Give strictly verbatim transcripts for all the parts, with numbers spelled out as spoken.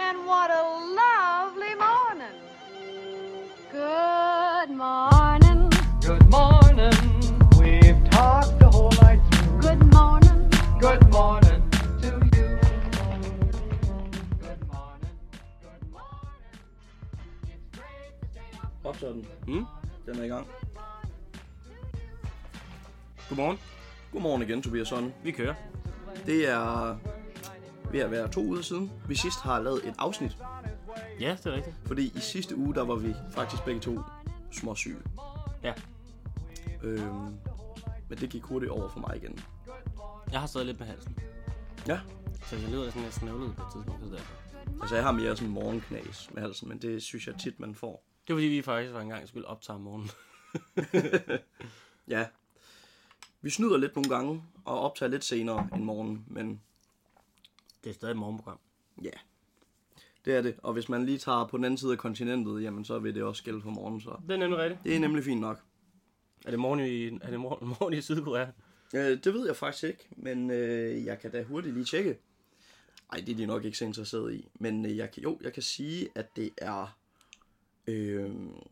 And what a lovely morning. Good morning. Good morning. We've talked the whole night through. Good morning. Good morning to you. Good morning. Good morning. It's great to stay up. Optager den. Mm? Den er i gang. Godmorgen. Godmorgen igen, Tobias Sonne. Vi kører. Det er ved at være to uger siden, vi sidst har lavet et afsnit. Ja, det er rigtigt. Fordi i sidste uge, der var vi faktisk begge to småsyge. Ja. Øhm, men det gik hurtigt over for mig igen. Jeg har stadig lidt med halsen. Ja. Så jeg lyder sådan lidt snøvlet på et tidspunkt. Så derfor. Altså jeg har mere sådan morgenknas med halsen, men det synes jeg tit, man får. Det er fordi, vi faktisk var en gang skulle optage om morgenen. Ja. Vi snyder lidt nogle gange og optager lidt senere end morgen, men Det er stadig et morgenprogram. ja, det er det. Og hvis man lige tager på den anden side af kontinentet, jamen så vil det også gælde for morgen, så Det er nemlig rigtigt. det er nemlig fint nok. Er det morgen i, er det morgen, morgen i Sydkorea? Øh, det ved jeg faktisk ikke, men øh, jeg kan da hurtigt lige tjekke. Ej, det er de nok ikke så interesseret i. Men øh, jeg kan, jo, jeg kan sige, at det er... Øh,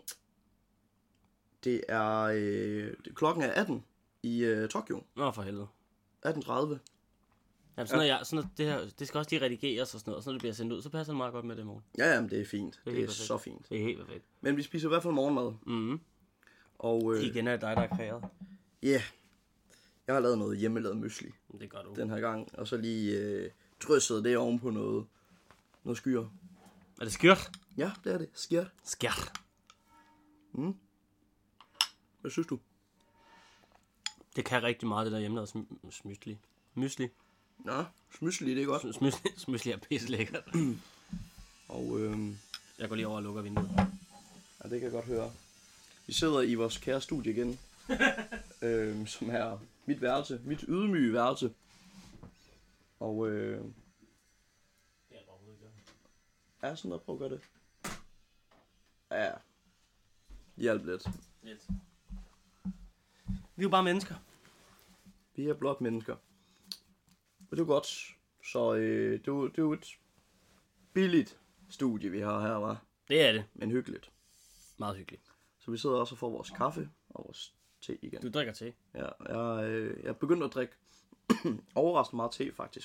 det er... Øh, klokken er atten i øh, Tokyo. Nå, for helvede. atten tredive. Jamen, sådan, ja. jeg, sådan noget, det, her, det skal også lige redigeres og sådan noget, og så når det bliver sendt ud, så passer det meget godt med det i morgen. Ja, jamen det er fint. Det er, det er helt så fint. Det er helt perfekt. Men vi spiser i hvert fald morgenmad. Mhm. Og øh, Igen er det dig, der er kreeret. ja, yeah, jeg har lavet noget hjemmelavet mysli Det gør du. den her gang. Og så lige øh, drysset det oven på noget, noget skyer. Er det skørt? Ja, det er det. Skyer. Skørt. Hvad synes du? Det kan rigtig meget, det der hjemmelavede sm- smysli. Mysli. Nå, smysli, det er godt. Smysli, smysli er pisse lækkert. Og øh, Jeg går lige over og lukker vinduet. ja, det kan jeg godt høre. Vi sidder i vores kære studie igen. øh, som er mit værelse. Mit ydmyge værelse. Og øh, ja, sådan noget. Prøv at gøre det. Ja, hjælp lidt. Lidt. Vi er jo bare mennesker. Vi er blot mennesker. Og det er godt. Så øh, det, er jo, det er jo et billigt studie, vi har her, var. Det er det. Men hyggeligt. Meget hyggeligt. Så vi sidder også og får vores kaffe og vores te igen. Du drikker te. Ja, jeg, øh, jeg er begyndt at drikke overraskende meget te, faktisk.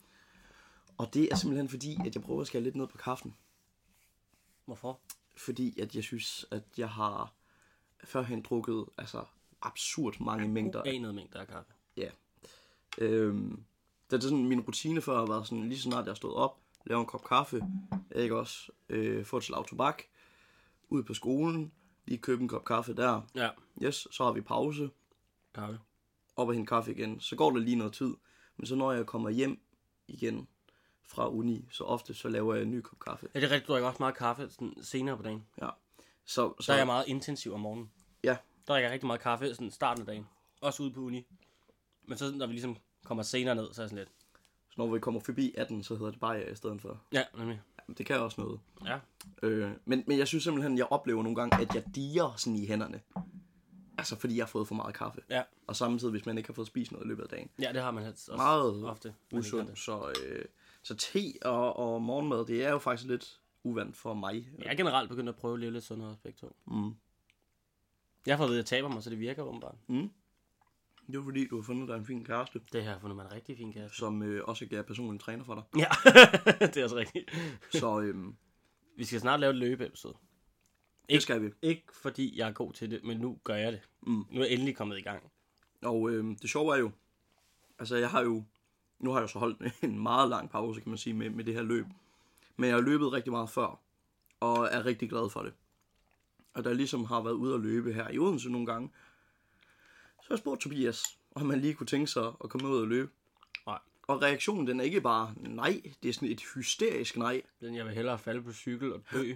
Og det er simpelthen fordi, at jeg prøver at skære lidt ned på kaffen. Hvorfor? Fordi at jeg synes, at jeg har førhen drukket altså absurd mange mængder. Uanede mængder af kaffe. Ja. Øhm, det er sådan, min rutine før har været sådan, lige så snart jeg stod op, lave en kop kaffe, ikke også, øh, få et slag tobak, ud på skolen, lige købe en kop kaffe der. Ja. Yes, så har vi pause, Kaffe. op og hente kaffe igen. Så går der lige noget tid, men så når jeg kommer hjem igen fra uni, så ofte så laver jeg en ny kop kaffe. Ja, det er rigtigt. Du drikker også meget kaffe sådan, senere på dagen. Ja. Så, Så så er jeg meget intensiv om morgenen. ja, Der drikker jeg rigtig meget kaffe sådan starten af dagen. Også ude på uni. Men så når vi ligesom kommer senere ned, så er jeg sådan lidt. så når vi kommer forbi atten, så hedder det bare ja i stedet for. Ja, nemlig. Jamen, det kan også noget. Ja. Øh, men, men jeg synes simpelthen, jeg oplever nogle gange, at jeg diger sådan i hænderne. Altså fordi jeg har fået for meget kaffe. Ja. Og samtidig, hvis man ikke har fået spist noget i løbet af dagen. Ja, det har man også Meget ofte. Man ikke gør Usundt. det. Så, øh, så te og, og morgenmad, det er jo faktisk lidt uvant for mig. Jeg er generelt begyndt at prøve at leve lidt sundere begge to. Mm. Jeg har fået at vide, at jeg taber mig, så det virker åbenbart. Mm. Det er jo fordi, du har fundet dig en fin kæreste, Det her har fundet mig en rigtig fin kæreste. som øh, også er personlig træner for dig. Ja, det er også rigtigt. Så øhm, Vi skal snart lave et løbeepisode. det skal vi. Ikke fordi jeg er god til det, men nu gør jeg det. Mm. Nu er jeg endelig kommet i gang. Og øhm, det sjove er jo, altså jeg har jo, nu har jeg jo så holdt en meget lang pause, kan man sige, med, med det her løb. Men jeg har løbet rigtig meget før, og er rigtig glad for det. Og der ligesom har været ude at løbe her i Odense nogle gange, så har jeg spurgt Tobias, om man lige kunne tænke sig at komme ud og løbe. Nej. Og reaktionen, den er ikke bare nej, det er sådan et hysterisk nej. Den jeg vil hellere falde på cykel og dø.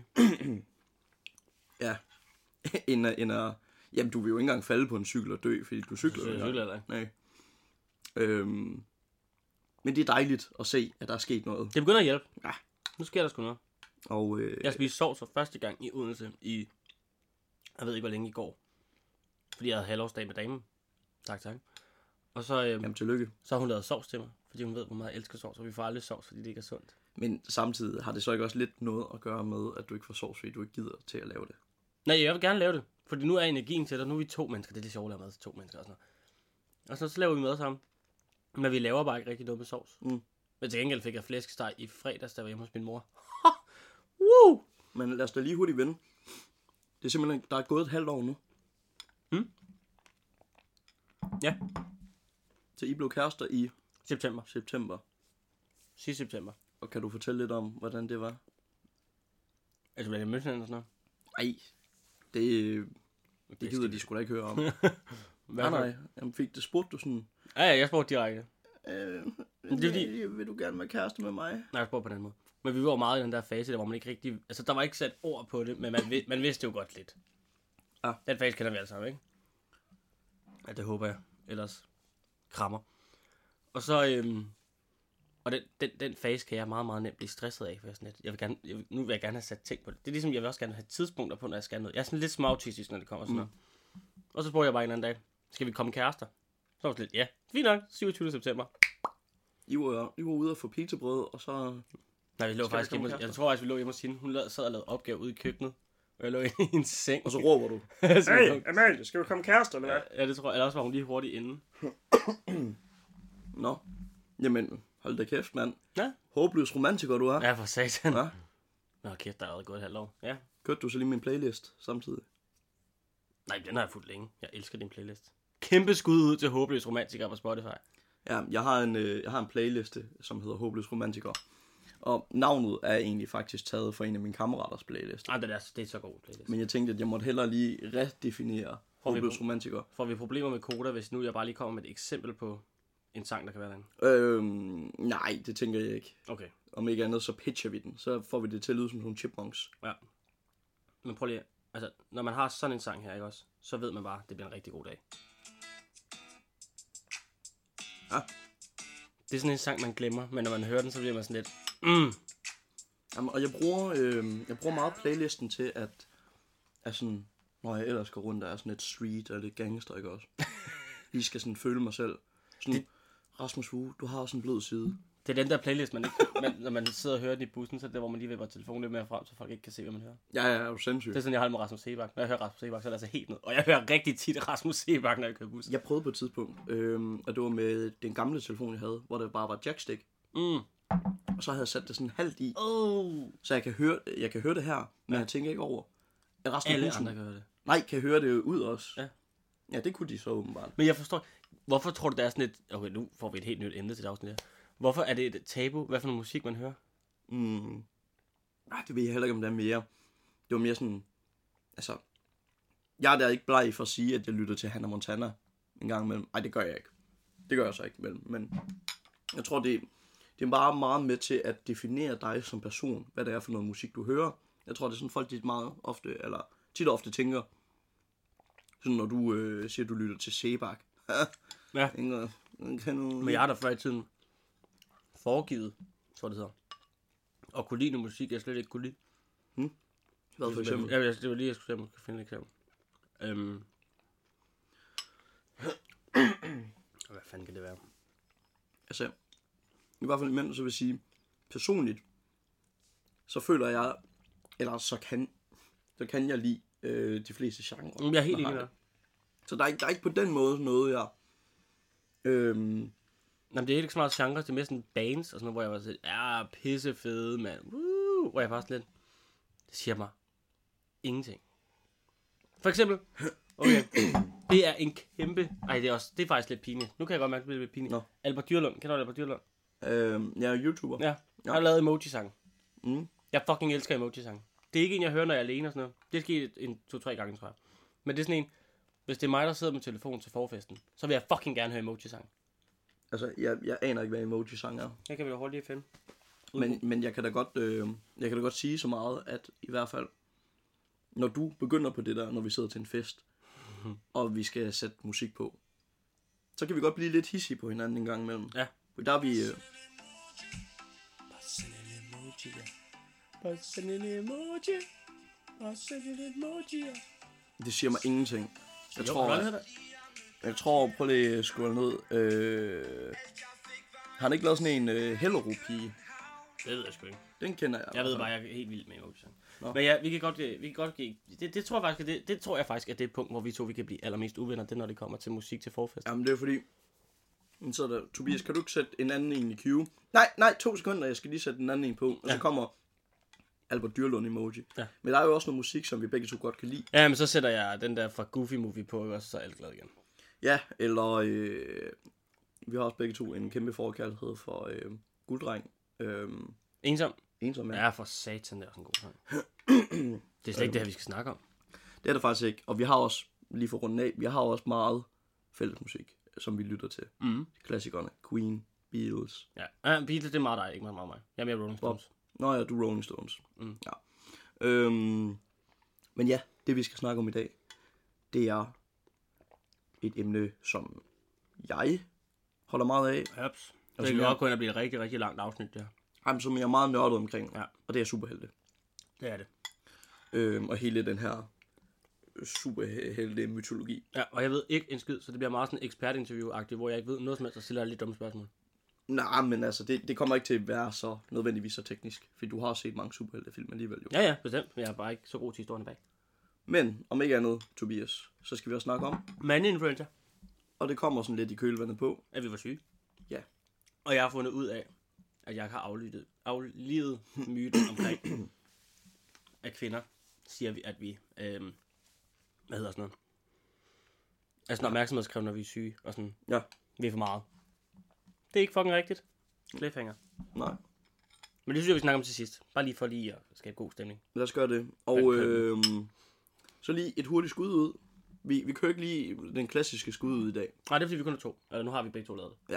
Ja, end at, end at, jamen du vil jo ikke engang falde på en cykel og dø, fordi du cykler. Så jeg jo cykler ikke. eller ikke. Nej. Øhm, men det er dejligt at se, at der er sket noget. Det begynder at hjælpe. Ja. Nu sker der sgu noget. Og øh, Jeg spiste sovs for første gang i Odense i, jeg ved ikke hvor længe i går. Fordi jeg havde halvårsdag med damen. Tak, tak. Og så, øhm, jamen tillykke. så har hun lavet sovs til mig, fordi hun ved, hvor meget jeg elsker sovs, og vi får aldrig sovs, fordi det ikke er sundt. Men samtidig har det så ikke også lidt noget at gøre med, at du ikke får sovs, fordi du ikke gider til at lave det. Nej, jeg vil gerne lave det. Fordi nu er energien til det, nu er vi to mennesker. Det er lidt sjovt at lave mad til to mennesker og sådan noget. Og så, så laver vi mad sammen. Men vi laver bare ikke rigtig noget med sovs. Mm. Men til gengæld fik jeg flæskesteg i fredags, der var hjemme hos min mor. Woo! Men lad os da lige hurtigt vende. Det er simpelthen, der er gået et halvt år nu. Mm. Ja, Så I blev kærester i september. september. Sidste september. Og kan du fortælle lidt om, hvordan det var? Altså, blev det mødt eller sådan noget? Ej, det, det gider de sgu da ikke høre om. nej, nej. Jamen, fik det spurgte du sådan... Ja, ja, jeg spurgte direkte. Øh, Det er fordi- vil, vil du gerne være kæreste med mig? Nej, jeg spurgte på den måde. Men vi var meget i den der fase, der hvor man ikke rigtig... Altså, der var ikke sat ord på det, men man, vid- man vidste jo godt lidt. Ja. Den fase kender vi alle sammen, ikke? Ja, det håber jeg. Ellers krammer. Og så... Øhm, og den, den, den fase kan jeg meget, meget nemt blive stresset af. For jeg er sådan lidt, jeg vil gerne, jeg vil, nu vil jeg gerne have sat ting på det. Det er ligesom, jeg vil også gerne have tidspunkter på, når jeg skal noget. Jeg er sådan lidt småautistisk, når det kommer sådan Mm. noget. Og så spurgte jeg bare en eller anden dag, skal vi komme kærester? Så var jeg sådan lidt, ja, fint nok, syvogtyvende september. I var, I var ude og få pizzabrød, og så... Nej, vi lå Skal faktisk vi komme hjemme, hos- jeg kærester? tror faktisk, vi lå hjemme hos hende. Hun lad, sad og lavede opgave ude i køkkenet. Og jeg lå i en seng. Og så råber du. hey, Amalie, skal vi komme kærester, eller hvad? Ja, det tror jeg. Eller også var hun lige hurtigt inde. Nå. Jamen, hold da kæft, mand. Ja. Håbløs romantiker, du er. Ja, for satan. Ja. Nå, kæft, der er allerede gået et halvt år. Ja. Kørte du så lige min playlist samtidig? Nej, den har jeg fulgt længe. Jeg elsker din playlist. Kæmpe skud ud til Håbløs Romantiker på Spotify. Ja, jeg har en, øh, jeg har en playliste, som hedder Håbløs romantiker. Og navnet er egentlig faktisk taget fra en af mine kammeraters playlist. Nej, det er, det er så god playlist. Men jeg tænkte, at jeg måtte hellere lige redefinere Får vi Håbløs på- romantiker. Får vi problemer med koder, hvis nu jeg bare lige kommer med et eksempel på en sang, der kan være derinde? Øhm, nej, det tænker jeg ikke. Okay. Om ikke andet, så pitcher vi den. Så får vi det til at lyde som nogle chipmunks. Ja. Men prøv lige, altså, når man har sådan en sang her, ikke også? Så ved man bare, at det bliver en rigtig god dag. Ja. Det er sådan en sang, man glemmer, men når man hører den, så bliver man sådan lidt, mm. Jamen, og jeg bruger, øh, jeg bruger meget playlisten til, at, at sådan, når jeg ellers går rundt, der er sådan lidt street og lidt gangster, ikke også? Lige skal sådan føle mig selv. Sådan, Det- Rasmus Vue, du har også en blød side. Det er den der playlist, man ikke, man, når man sidder og hører den i bussen, så er det der, hvor man lige vipper telefonen lidt mere frem, så folk ikke kan se, hvad man hører. Ja, ja, er du sindssyg. Det er sådan, jeg har det med Rasmus Sebak. Når jeg hører Rasmus Sebak, så er det altså helt ned. Og jeg hører rigtig tit Rasmus Sebak, når jeg kører bus. Jeg prøvede på et tidspunkt, øh, og det var med den gamle telefon, jeg havde, hvor det bare var jackstick. Mm. Og så havde jeg sat det sådan halvt i, Oh. så jeg kan høre, jeg kan høre det her, men jeg tænker ikke over, at resten af Alle bussen... andre kan høre det. Nej, kan høre det ud også. Ja. Ja, det kunne de så åbenbart. Men jeg forstår, hvorfor tror du, der er sådan et... Okay, nu får vi et helt nyt emne til det afsnit her. Hvorfor er det et tabu? Hvad for noget musik, man hører? Mm. Ej, det ved jeg heller ikke, om det er mere. Det var mere sådan... Altså... Jeg er da ikke bleg for at sige, at jeg lytter til Hannah Montana en gang imellem. Ej, det gør jeg ikke. Det gør jeg så ikke, vel. Men jeg tror, det, det er bare meget med til at definere dig som person. Hvad det er for noget musik, du hører. Jeg tror, det er sådan, folk de meget ofte, eller tit og ofte tænker... Sådan, når du øh, siger, at du lytter til Sebak. Ja. Inger, kan du... Men jeg har da før i tiden foregivet, tror det hedder, og kunne lide noget musik, jeg slet ikke kunne lide. Hvad for eksempel? Ja, det var lige, jeg skulle se, om jeg kan finde et eksempel. Øhm. Hvad fanden kan det være? Altså, i hvert fald imellem, så vil jeg sige, personligt, så føler jeg, eller så kan, så kan jeg lide øh, de fleste genrer. Jeg er helt der har enig med det. Så der er, ikke, der er ikke på den måde noget, jeg... Øhm, Jamen, det er ikke så meget genre, det er mere sådan bands og sådan noget, hvor jeg var sådan, ja, pisse fede, mand. Woo! Hvor jeg faktisk lidt, det siger mig ingenting. For eksempel, okay, det er en kæmpe, ej, det er, også, det er faktisk lidt pinligt. Nu kan jeg godt mærke, at det bliver lidt pinligt. Nå. Albert Dyrlund, kender du Albert Dyrlund? øhm, jeg er YouTuber. Ja, jeg har lavet emoji-sang. Mm. Jeg fucking elsker emoji-sang. Det er ikke en, jeg hører, når jeg er alene og sådan noget. Det er sket en to-tre gange, tror jeg. Men det er sådan en, hvis det er mig, der sidder med telefonen til forfesten, så vil jeg fucking gerne høre emoji-sang. Altså, jeg, jeg aner ikke, hvad emoji-sang er. Jeg kan vi da hurtigt finde. Men, men jeg kan da godt, øh, jeg kan da godt sige så meget, at i hvert fald, når du begynder på det der, når vi sidder til en fest, og vi skal sætte musik på, så kan vi godt blive lidt hissige på hinanden en gang imellem. Ja. For der er vi... Øh, Bare send en emoji, ja. Bare send en emoji. Bare send en emoji, ja. det siger mig ingenting. Jeg Jo, tror, hvad at, hedder det? jeg tror, prøv lige at scrolle ned. Øh, har han ikke lavet sådan en øh, Hellerup-pige? Det ved jeg sgu ikke. Den kender jeg. Jeg ved bare, jeg er helt vild med emoji-sang. Nå. Men ja, vi kan godt, øh, vi kan godt give, det, det, tror jeg faktisk, at det, det tror jeg faktisk, at det er et punkt, hvor vi to vi kan blive allermest uvenner, det er, når det kommer til musik til forfest. Jamen, det er fordi... Så der, Tobias, kan du ikke sætte en anden en i queue? Nej, nej, to sekunder, jeg skal lige sætte en anden en på. Og Ja. så kommer Albert Dyrlund emoji. Ja. Men der er jo også noget musik, som vi begge to godt kan lide. Ja, men så sætter jeg den der fra Goofy Movie på, og så er alt glad igen. Ja, eller... Øh, vi har også begge to en kæmpe forkærlighed for øh, Gulddreng. Øh, Ensom? ensom, ja. Ja, for satan, det er også en god sang. Det er slet ikke det her, vi skal snakke om. Det er det faktisk ikke. Og vi har også, lige for runden af, vi har også meget fælles musik, som vi lytter til. Mm. Klassikerne. Queen, Beatles. Ja, ja Beatles, det er meget dig, ikke meget, meget mig. Jeg er mere Rolling Stones. Nå ja, du er Rolling Stones. Mm. Ja. Øhm, men ja, det vi skal snakke om i dag, det er et emne, som jeg holder meget af. Haps. Og Det som kan jeg- godt gå ind og blive et rigtig, rigtig langt afsnit, det her. Jamen, som jeg er meget nørdet omkring. Ja. Og det er superhelte. Det er det. Øhm, og hele den her superhelte mytologi. Ja, og jeg ved ikke en skid, så det bliver meget sådan ekspertinterview-agtigt, hvor jeg ikke ved noget som helst, og stiller lidt dumme spørgsmål. Nej, men altså, det, det kommer ikke til at være så nødvendigvis så teknisk. For du har set mange superheltefilm alligevel jo. Ja, ja, bestemt. Jeg er bare ikke så god til historien bag. Men om ikke andet, Tobias, så skal vi også snakke om. Mandeinfluencer. Og det kommer sådan lidt i kølvandet på. At vi var syge. Ja. Og jeg har fundet ud af, at jeg har aflyttet, aflivet myten omkring, at kvinder siger, vi, at vi, øhm, hvad hedder sådan noget? Altså en opmærksomhedskrævende, når vi er syge, og sådan, Ja. vi er for meget. Det er ikke fucking rigtigt. Cliffhanger. Nej. Men det synes jeg, vi snakker om til sidst. Bare lige for lige at skabe god stemning. Lad os gøre det. Og øh, så lige et hurtigt skud ud. Vi, vi kører ikke lige den klassiske skud ud i dag. Nej, det er fordi, vi kun er to. Eller nu har vi begge to lavet det. Ja.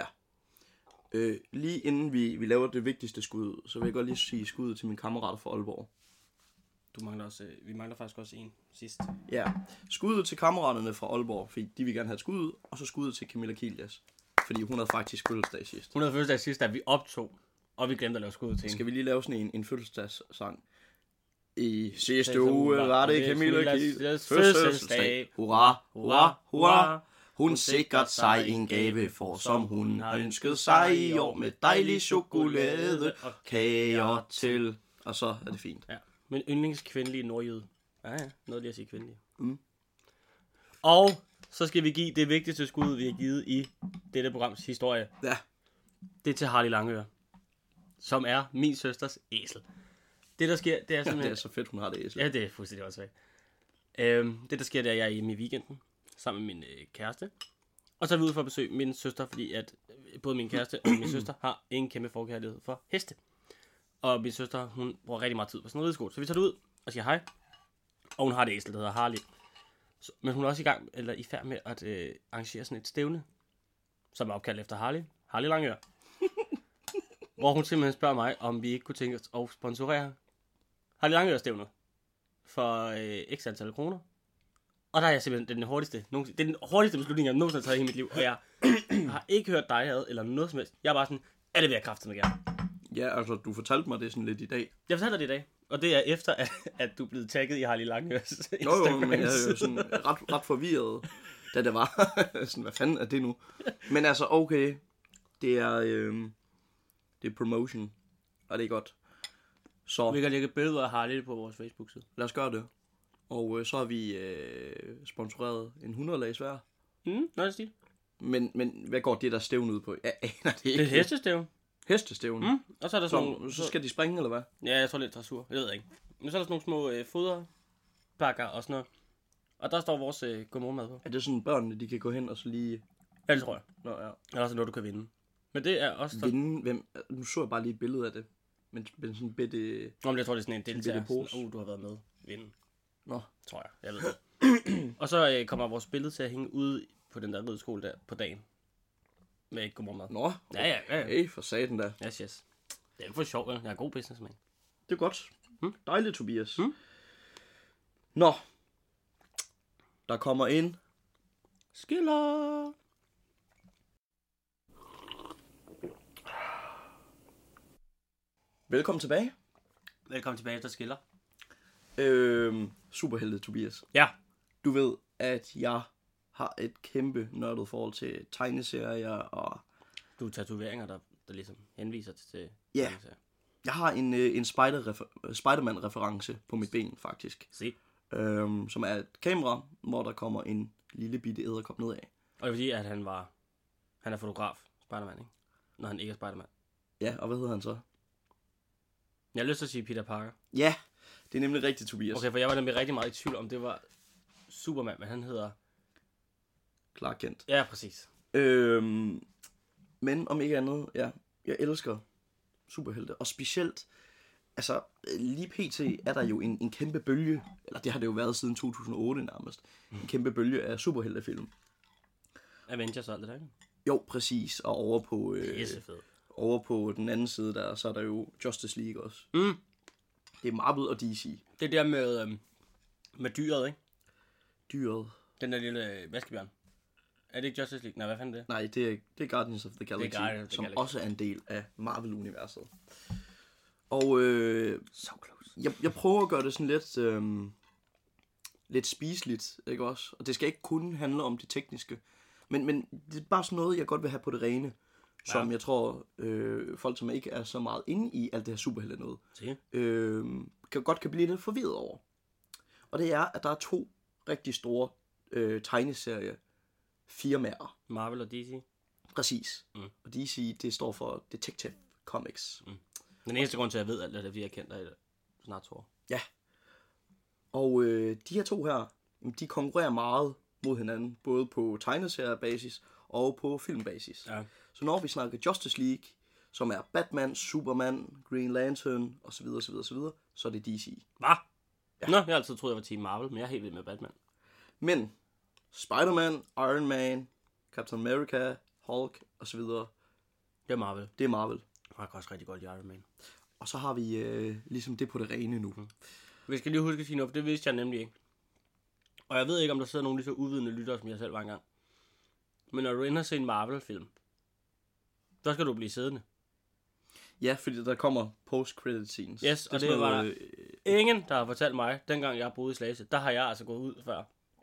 Øh, lige inden vi, vi laver det vigtigste skud ud, så vil jeg godt lige sige skud til mine kammerater fra Aalborg. Du mangler også, øh, vi mangler faktisk også en sidst. Ja. Skud ud til kammeraterne fra Aalborg, fordi de vil gerne have et skud ud. Og så skud ud til Camilla Kilias, fordi hun havde faktisk fødselsdag sidst. hun havde fødselsdag sidst, da vi optog, og vi glemte at lave skud til hende. Skal vi lige lave sådan en, en fødselsdagssang? I sidste uge var det Camilla Kilias fødselsdag. Hurra, hurra, hurra. Hun sikrede sig en gave, for som hun har ønsket sig i år, med dejlig chokolade og kager til. Og så er det fint. Ja, men yndlingskvindelige nordjyde. Ja, ja, noget lige at sige kvindelige. Mm. Og så skal vi give det vigtigste skud, vi har givet i dette programs historie. Ja, Det er til Harley Langøre, som er min søsters æsel. Det der sker, det er det simpelthen... er så fedt, hun har det æsel. Ja, det er fuldstændig også væk. Øhm, det der sker, det er, at jeg er hjemme i weekenden, sammen med min øh, kæreste. Og så er vi ude for at besøge min søster, fordi at øh, både min kæreste og min søster har en kæmpe forkærlighed for heste. Og min søster, hun bruger rigtig meget tid på sådan en rideskole. Så vi tager det ud og siger hej. Og hun har det æsel, der hedder Harley. Så, men hun er også i gang, eller i færd med at øh, arrangere sådan et stævne, som er opkaldt efter Harley. Harley Langør. Hvor hun simpelthen spørger mig, om vi ikke kunne tænke os at sponsorere Harley Langør stævnet for øh, x antal kroner. Og der er jeg simpelthen den hurtigste, nogensinde, det er den hurtigste beslutning, jeg nogensinde har taget i hele mit liv. Og jeg har ikke hørt dig ad, eller noget som helst. Jeg er bare sådan, er det ved at kræfte mig gerne. Ja, altså, du fortalte mig det sådan lidt i dag. Jeg fortalte dig det i dag, og det er efter, at, at du er blevet tagget i Harley Langørs Jo, jo, men jeg er jo sådan ret, ret forvirret, da det var. Sådan, hvad fanden er det nu? Men altså, okay. Det er, øh, det er promotion, og det er godt. Så Vi kan lægge billeder af Harley på vores Facebook-side. lad os gøre det. Og øh, så har vi øh, sponsoreret en hundrede-lags hver. Mm, noget stil. Men, men hvad går det der stævn ud på? Jeg aner det ikke. Det er hestestævn. Hestestævn. Mm, og så er der sådan Så, nogle... så skal de springe, eller hvad? Ja, jeg tror lidt dressur. Jeg ved ikke. Men så er der sådan nogle små øh, foderpakker og sådan noget. Og der står vores øh, godmorgenmad på. Er det sådan, børnene de kan gå hen og så lige... Ja, det tror jeg. Nå, ja. Eller også noget, du kan vinde. Men det er også... Vinde, hvem... Nu så jeg bare lige et billede af det. Men, men sådan en bitte... Nå, men jeg tror, det er sådan en deltager. bitte pose. Sådan, uh, du har været med. Vinde. Nå. Tror jeg. Jeg ved det. Og så øh, kommer vores billede til at hænge ude på den der rideskole der på dagen. Med et godmorgenmad. Nå. Ja, ja, ja. Hey, for satan da. Yes, yes. Det er for sjov, jeg er god businessman. Det er godt. Hmm? Dejligt, Tobias. Hmm? Nå. Der kommer en... Skiller! Velkommen tilbage. Velkommen tilbage efter skiller. Øhm, superhelte, Tobias. Ja. Du ved, at jeg har et kæmpe nørdet forhold til tegneserier og... Du er tatoveringer, der, der ligesom henviser til... Ja. tegneserier. Jeg har en, øh, en Spider- Spider-Man-reference på mit ben, faktisk. Se. Øhm, som er et kamera, hvor der kommer en lille bitte edderkop nedad. Og det er fordi, at han var... Han er fotograf, Spider-Man, ikke? Når han ikke er Spider-Man. Ja, og hvad hedder han så? Jeg har lyst til at sige Peter Parker. Ja, det er nemlig rigtigt, Tobias. Okay, for jeg var nemlig rigtig meget i tvivl om, det var Superman, men han hedder... Clark Kent. Ja, præcis. Øhm, men om ikke andet, ja, jeg elsker superhelte. Og specielt, altså lige pt. Er der jo en, en kæmpe bølge, eller det har det jo været siden to tusind og otte nærmest, en kæmpe bølge af superheltefilm. Avengers og alt det der, ikke? Jo, præcis. Og over på, øh, Pissefed. over på den anden side der, så er der jo Justice League også. Mm. Det er Marvel og D C. Det der med, øhm, med dyret, ikke? Dyret. Den der lille øh, vaskebjørn. Er det ikke Justice League? Nej, hvad fanden er det? Nej, det er, det er Guardians of the Galaxy, Guardians of the som Galaxy. også er en del af Marvel-universet. Og øh, So close. jeg, jeg prøver at gøre det sådan lidt, øh, lidt spiseligt, ikke også? Og det skal ikke kun handle om det tekniske, men, men det er bare sådan noget, jeg godt vil have på det rene, som Ja. jeg tror, øh, folk, som ikke er så meget inde i alt det her superhelte noget, Se. øh, kan, godt kan blive lidt forvirret over. Og det er, at der er to rigtig store øh, tegneserier firmaer. Marvel og D C. Præcis. Mm. Og D C, det står for Detective Comics. Mm. Den eneste grund til, at jeg ved alt det, er, fordi jeg kendt dig i snart to år. Ja. Og øh, de her to her, de konkurrerer meget mod hinanden, både på tegneseriebasis og på filmbasis. Ja. Så når vi snakker Justice League, som er Batman, Superman, Green Lantern osv., osv., osv., så er det D C. Hvad? Ja. Nå, jeg har altid troet, jeg var Team Marvel, men jeg er helt vild med Batman. Men Spider-Man, Iron Man, Captain America, Hulk osv., Det er Marvel. det er Marvel. Jeg kan også rigtig godt lide Iron Man. Og så har vi øh, ligesom det på det rene nu. Vi skal lige huske at sige noget, for det vidste jeg nemlig ikke. Og jeg ved ikke, om der sidder nogle lige så uvidende lyttere, som jeg selv var engang. Men når du ender og ser en Marvel-film, så skal du blive siddende. Ja, fordi der kommer post-credit scenes. Yes, og er det sådan var noget, der ingen, der har fortalt mig, dengang jeg boede i Slagelse. Der har jeg altså gået ud før.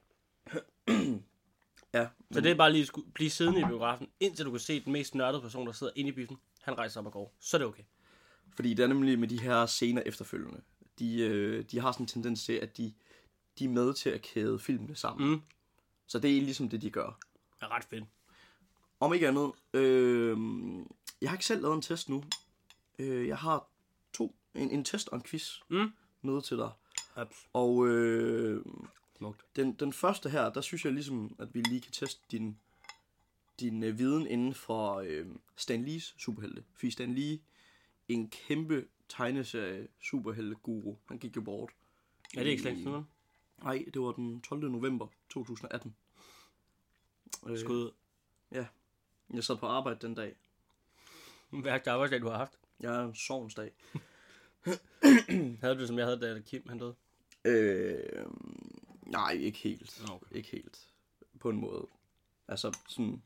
Ja, Så det er bare lige at skulle blive siddende i biografen, indtil du kan se den mest nørdede person, der sidder inde i biffen. Han rejser op og går. Så er det okay. fordi det er nemlig med de her scener efterfølgende. De, øh, de har sådan en tendens til, at de, de er med til at kæde filmene sammen. Mm. Så det er ligesom det, de gør. Det er ret fedt. Om ikke andet, øh, jeg har ikke selv lavet en test nu. Øh, jeg har to, en, en test og en quiz Mm. med til dig. Ups. Og øh, Smukt. den, den første her, der synes jeg ligesom, at vi lige kan teste din, din øh, viden inden for øh, Stan Lees superhelte. Fordi Stan Lee, en kæmpe tegneserie superhelte-guru, han gik jo bort. Er det ikke slet ikke sådan? Nej, det var den tolvte november to tusind og atten. Øh, Skud. Jeg sad på arbejde den dag. Værste arbejdsdag, du har haft. Jeg er en sovnsdag. Havde du det, som jeg havde, da Kim han døde? Øh, nej, ikke helt. Okay. Ikke helt. På en måde. Altså, sådan...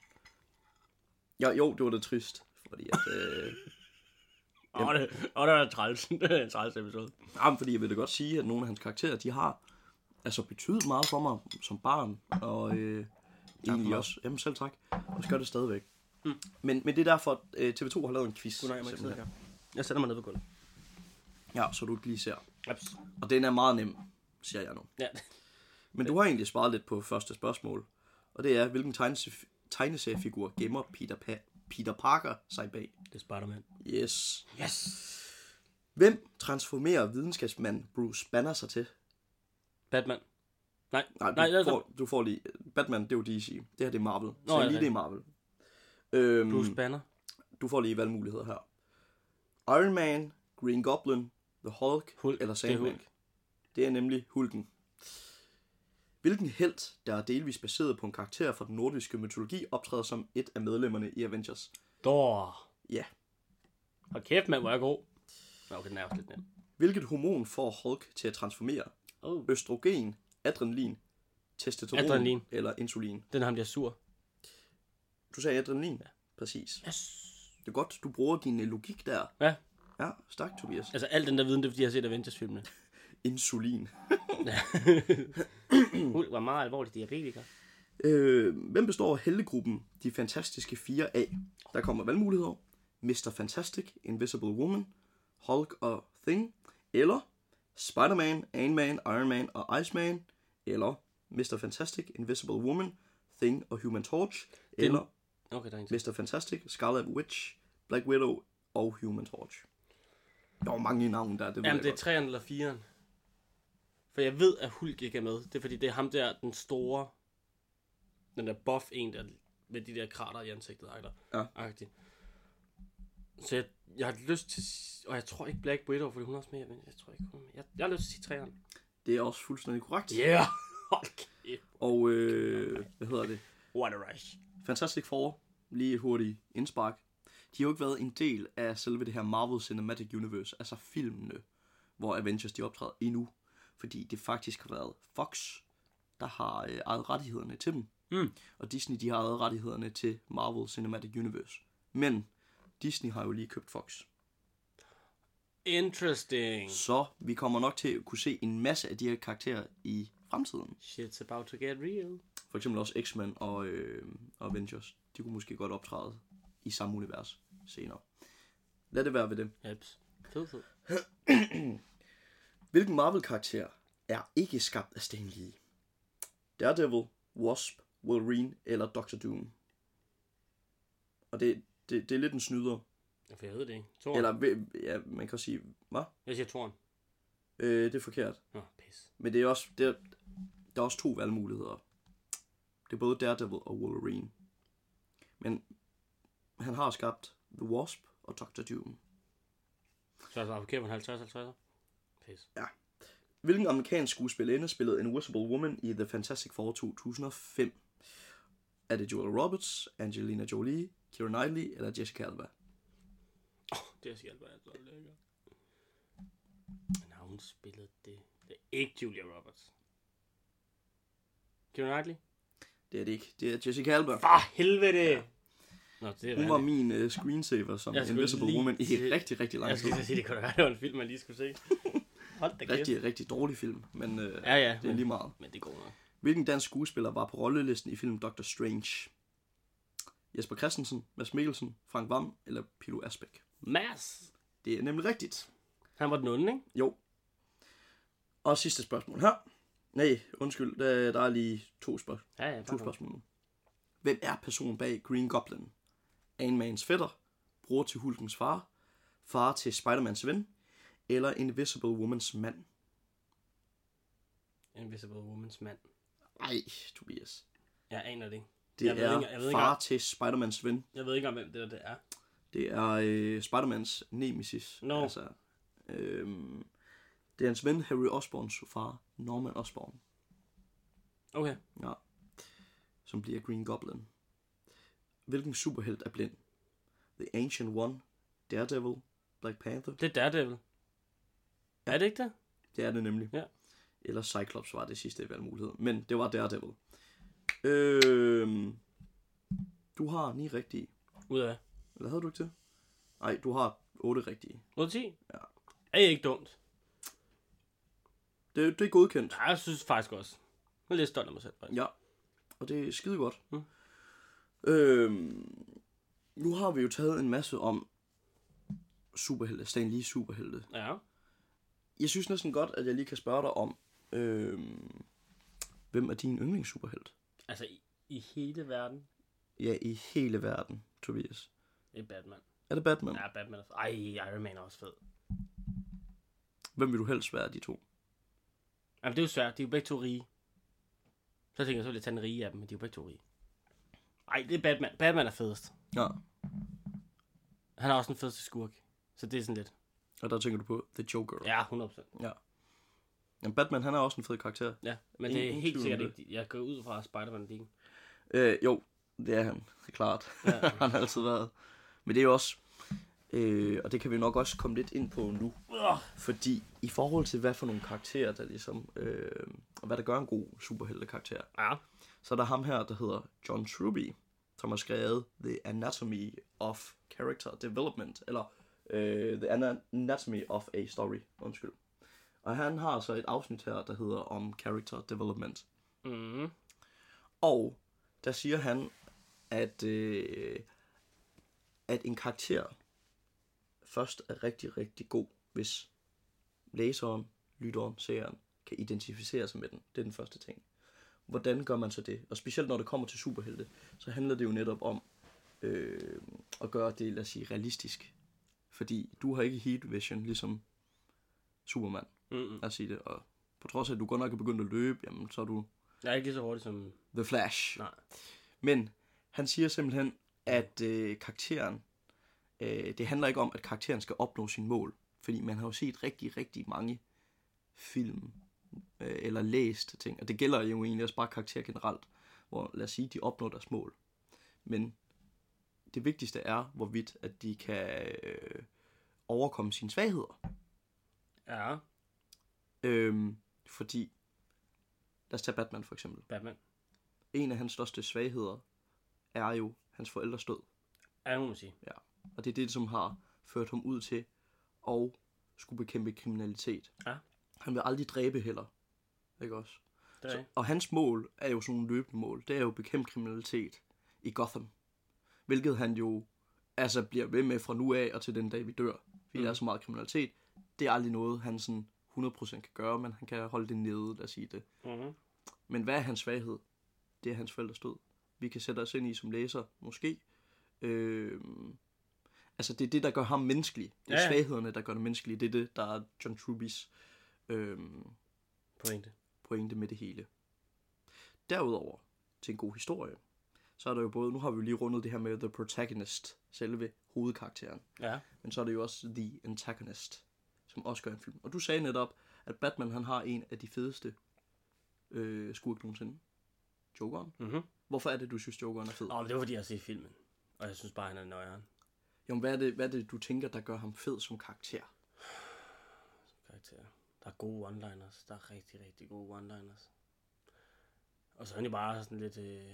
Ja, jo, det var da trist. Fordi at... Øh, Åh, oh, det, oh, det var træls. Det er en træls episode. jamen, fordi jeg vil da godt sige, at nogle af hans karakterer, de har altså betydet meget for mig som barn. Og øh, egentlig mig. også... Jamen, selv tak. Og gør det stadigvæk. Mm. Men, men det er derfor, at øh, T V to har lavet en quiz. Godnøj, jeg må ikke sidde simpelthen. her. Jeg sætter mig ned på gulvet. Ja, så du ikke lige ser. Ups. Og den er meget nem, siger jeg nu. Ja. Men du har egentlig sparet lidt på første spørgsmål. Og det er, hvilken tegnese- tegneseriefigur gemmer Peter, pa- Peter Parker sig bag? Det er Spider-Man. Yes. Yes. Hvem transformerer videnskabsmand Bruce Banner sig til? Batman. Nej, Nej, du, Nej, det er får, du får lige... Batman, det er jo D C. Det her, det er Marvel. Så Nå, ja, lige ja. det er Marvel. Øhm, Bruce Banner. du får lige valgmuligheder her. Iron Man, Green Goblin, The Hulk, Hulk. eller Det er Sandman. Hulk. Det er nemlig Hulken. Hvilken helt, der er delvis baseret på en karakter fra den nordiske mytologi, optræder som et af medlemmerne i Avengers? Thor. Ja. Hold kæft, mand, hvor er jeg god. Nå, okay, den er også lidt nem. Hvilket hormon får Hulk til at transformere? Oh. Østrogen, adrenalin, testosteron Adrenalin. eller insulin? Den ham bliver sur. Du sagde adrenalin? Ja. Præcis. Yes. Det er godt, du bruger din øh, logik der. Ja, Ja, stærkt, Tobias. altså al den der viden, det er fordi, jeg har set Avengers-filmene. Insulin. Hulk var meget alvorlig diabetiker. Øh, hvem består af heltegruppen De Fantastiske fire A? Der kommer valgmuligheder. mister Fantastic, Invisible Woman, Hulk og Thing, eller Spider-Man, Ant-Man, Iron Man og Iceman, eller mister Fantastic, Invisible Woman, Thing og Human Torch, eller Okay, der er en til. mister Fantastic, Scarlet Witch, Black Widow og Human Torch. Der var mange i navn der, det ved Jamen, jeg det er godt. treeren eller fireren. For jeg ved, at Hulk ikke er med. Det er fordi, det er ham der, den store, den der buff en, der med de der krater i ansigtet, eller Ja. agtigt. Så jeg, jeg har lyst til, og jeg tror ikke Black Widow, fordi hun er også med, men jeg tror ikke, hun er med. Jeg, jeg har lyst til at sige treeren. Det er også fuldstændig korrekt. Yeah! Okay. Og, øh, hvad hedder det? What a rush. Fantastic Four, lige et hurtigt indspark. De har jo ikke været en del af selve det her Marvel Cinematic Universe, altså filmene, hvor Avengers de optræder endnu. Fordi det faktisk har været Fox, der har øh, ejet rettighederne til dem. Mm. Og Disney, de har ejet rettighederne til Marvel Cinematic Universe. Men Disney har jo lige købt Fox. Interesting. Så vi kommer nok til at kunne se en masse af de her karakterer i fremtiden. Shit's about to get real. For eksempel også X-Men og, øh, og Avengers. De kunne måske godt optræde i samme univers senere. Lad det være ved det. Helps. Fed, fed. Hvilken Marvel-karakter er ikke skabt af Stan Lee? Daredevil, Wasp, Wolverine eller doctor Doom? Og det, det, det er lidt en snyder. For jeg ved det ikke. Thor. Eller, ja, man kan også sige, hvad? Jeg siger Thoren. Øh, det er forkert. Nå, pis. Men det er også, det er, der er også to valgmuligheder. Det er både Daredevil og Wolverine. Men han har skabt The Wasp og doctor Doom. Så er der forkert på en halvtreds halvtreds. Pis. Hvilken amerikansk skuespillerinde spillede Invisible Woman i The Fantastic Four to tusind og fem? Er det Julia Roberts, Angelina Jolie, Keira Knightley eller Jessica Alba? Det er sikkert, hvad jeg så lækker. Men har hun spillet det? Det er ikke Julia Roberts. Keira Knightley? Det er det ikke. Det er Jessica Alba. For helvede! Ja. Nå, det er Hun var min uh, screensaver som Jeg skulle Invisible lige Woman i sige- rigtig, rigtig lang Jeg tid. skulle lige sige, det kunne da være, det var en film, man lige skulle se. Hold da kæft. Rigtig, rigtig dårlig film, men uh, Ja, ja. det er lige meget. Men det går nok. Hvilken dansk skuespiller var på rollelisten i filmen Doctor Strange? Jesper Christensen, Mads Mikkelsen, Frank Vam eller Pilo Asbæk? Mads! Det er nemlig rigtigt. Han var den onde, ikke? Jo. Og sidste spørgsmål her. Nej, undskyld, der, der er lige to, spørg- Ja, ja. to spørgsmål nu. Hvem er personen bag Green Goblin? Ant-Mans fætter, bror til Hulkens far, far til Spider-Mans ven, eller Invisible Womans mand? Invisible Woman's mand. Ej, Tobias. Jeg aner det ikke. Det Jeg ved er ikke- jeg ved ikke far engang- til Spider-Mans ven. Jeg ved ikke om, hvem det der det er. Det er øh, Spider-Mans nemesis. No. Altså, øhm, det er hans ven Harry Osborns far, Norman Osborn, Okay. ja, som bliver Green Goblin. Hvilken superhelt er blind? The Ancient One, Daredevil, Black Panther? Det er Daredevil. Er det ikke det? Det er det nemlig. Ja. Eller Cyclops var det sidste valgmulighed. Men det var Daredevil. Øhm, du har ni rigtige. Ud af. Eller havde du ikke det? Nej, du har otte rigtige. ud af ti? Ja. Er ikke dumt? Det, det er godkendt. Ja, jeg synes faktisk også. Jeg er lidt stolt af mig selv, faktisk. Ja, og det er skide godt. Mm. Øhm, nu har vi jo taget en masse om superhelte, Stan Lee superhelte. Ja. Jeg synes næsten godt, at jeg lige kan spørge dig om, øhm, hvem er din yndlingssuperhelt? Altså, i, i hele verden. Ja, i hele verden, Tobias. Det er Batman. Er det Batman? Ja, Batman er fed. Ej, Iron Man er også fed. Hvem vil du helst være af de to? Jamen, det er jo svært. De er jo begge to rige. Så tænker jeg, så vil jeg tage den rige af dem, men de er jo begge to rige. Ej, det er Batman. Batman er fedest. Ja, Han er også den fedeste skurk. Så det er sådan lidt. og der tænker du på The Joker. Ja, hundrede procent. Ja. Jamen, Batman, han er også en fed karakter. Ja, men Ingen- det er ingen helt tvivl sikkert om det. ikke. Jeg går ud fra Spider-Man det ikke. Øh, jo, det er han. Det er klart. Ja. Han har altid været. Men det er jo også, øh, og det kan vi nok også komme lidt ind på nu. Fordi i forhold til, hvad for nogle karakterer, der ligesom, øh, og hvad der gør en god superheltekarakter, Ja. så er der ham her, der hedder John Truby, som har skrevet The Anatomy of Character Development, eller øh, The Anatomy of a Story, undskyld. Og han har så et afsnit her, der hedder om Character Development. Mm. Og der siger han, at, øh, at en karakter først er rigtig, rigtig god, hvis læseren, lytteren, seeren kan identificere sig med den. Det er den første ting. Hvordan gør man så det? Og specielt når det kommer til superhelte, så handler det jo netop om øh, at gøre det, lad os sige, realistisk. Fordi du har ikke heat vision, ligesom Superman, Mm-mm. lad os sige det. Og på trods af, at du godt nok er begyndt at løbe, jamen så er du Jeg er ikke lige så hurtig som... The Flash. Nej. Men han siger simpelthen, at øh, karakteren, øh, det handler ikke om, at karakteren skal opnå sin mål. Fordi man har jo set rigtig, rigtig mange film, øh, eller læst ting. Og det gælder jo egentlig også bare karakterer generelt, hvor lad os sige, de opnår deres mål. Men det vigtigste er, hvorvidt at de kan øh, overkomme sine svagheder. Ja, Øhm, fordi, lad os tage Batman for eksempel. Batman. En af hans største svagheder er jo hans forældres død. Ja, det må man sige. Ja. Og det er det, som har ført ham ud til at skulle bekæmpe kriminalitet. Ja. Han vil aldrig dræbe heller. Ikke også? Det er Så, det. og hans mål er jo sådan nogle løbende mål. Det er jo at bekæmpe kriminalitet i Gotham. Hvilket han jo altså bliver ved med fra nu af og til den dag, vi dør. Fordi mm. der er så meget kriminalitet. Det er aldrig noget, han sådan hundrede procent kan gøre, men han kan holde det nede, lad os sige det. Mm-hmm. Men hvad er hans svaghed? Det er hans forældres død. Vi kan sætte os ind i som læser, måske. Øh, altså, det er det, der gør ham menneskelig. Det er Ja, ja. svaghederne, der gør det menneskelige. Det er det, der er John Trubys øh, Pointe. pointe med det hele. Derudover, til en god historie, så er der jo både, nu har vi jo lige rundet det her med The Protagonist, selve hovedkarakteren. Ja. Men så er det jo også The Antagonist, som også gør en film. Og du sagde netop, at Batman, han har en af de fedeste øh, skurke nogensinde. Jokeren. Mm-hmm. Hvorfor er det, du synes, Jokeren er fed? Åh, men det var fordi, jeg har set filmen. Og jeg synes bare, han er nøjeren. Jamen, hvad er, det, hvad er det, du tænker, der gør ham fed som karakter? Karakter. Der er gode one-liners. Der er rigtig, rigtig gode one-liners. Og så er han jo bare sådan lidt... Øh,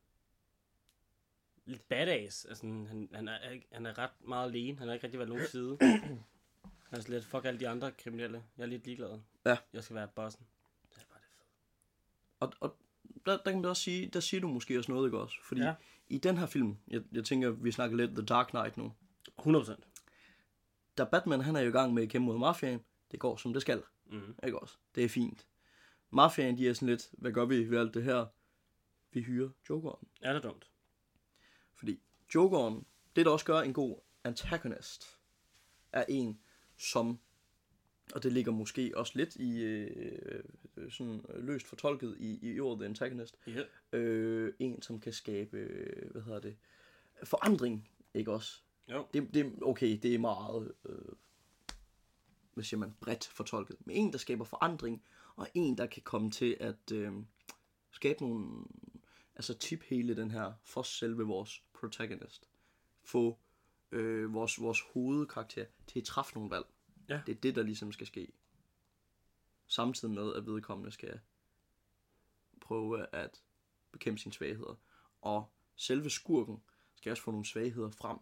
lidt badass. Altså, han, han, er, ikke- han er ret meget alene. Han har ikke rigtig været nogen side. Han er sådan lidt, fuck alle de andre kriminelle. Jeg er lidt ligeglad. Ja. Jeg skal være bossen. Det er bare det fedt. Og, og der, der kan man også sige, der siger du måske også noget, ikke også? Fordi Ja. ja. i den her film, jeg, jeg tænker, vi snakker lidt The Dark Knight nu. hundrede procent. Da Batman, han er jo i gang med at kæmpe mod mafiaen, det går som det skal. Mm. Ikke også? Det er fint. Mafiaen, de er sådan lidt, hvad gør vi ved alt det her? Vi hyrer Jokeren. Er det dumt? Fordi Jokeren, det der også gør en god antagonist, er en, som, og det ligger måske også lidt i, øh, sådan løst fortolket i, i ordet antagonist, Ja. øh, en, som kan skabe, øh, hvad hedder det, forandring, ikke også? Jo. Det, det, okay, det er meget, øh, hvad siger man, bredt fortolket. Men en, der skaber forandring, og en, der kan komme til at øh, skabe nogle, altså tip hele den her, for selve vores protagonist. Få øh, vores, vores hovedkarakter til at træffe nogle valg. Ja. Det er det, der ligesom skal ske. Samtidig med, at vedkommende skal prøve at bekæmpe sine svagheder. Og selve skurken skal også få nogle svagheder frem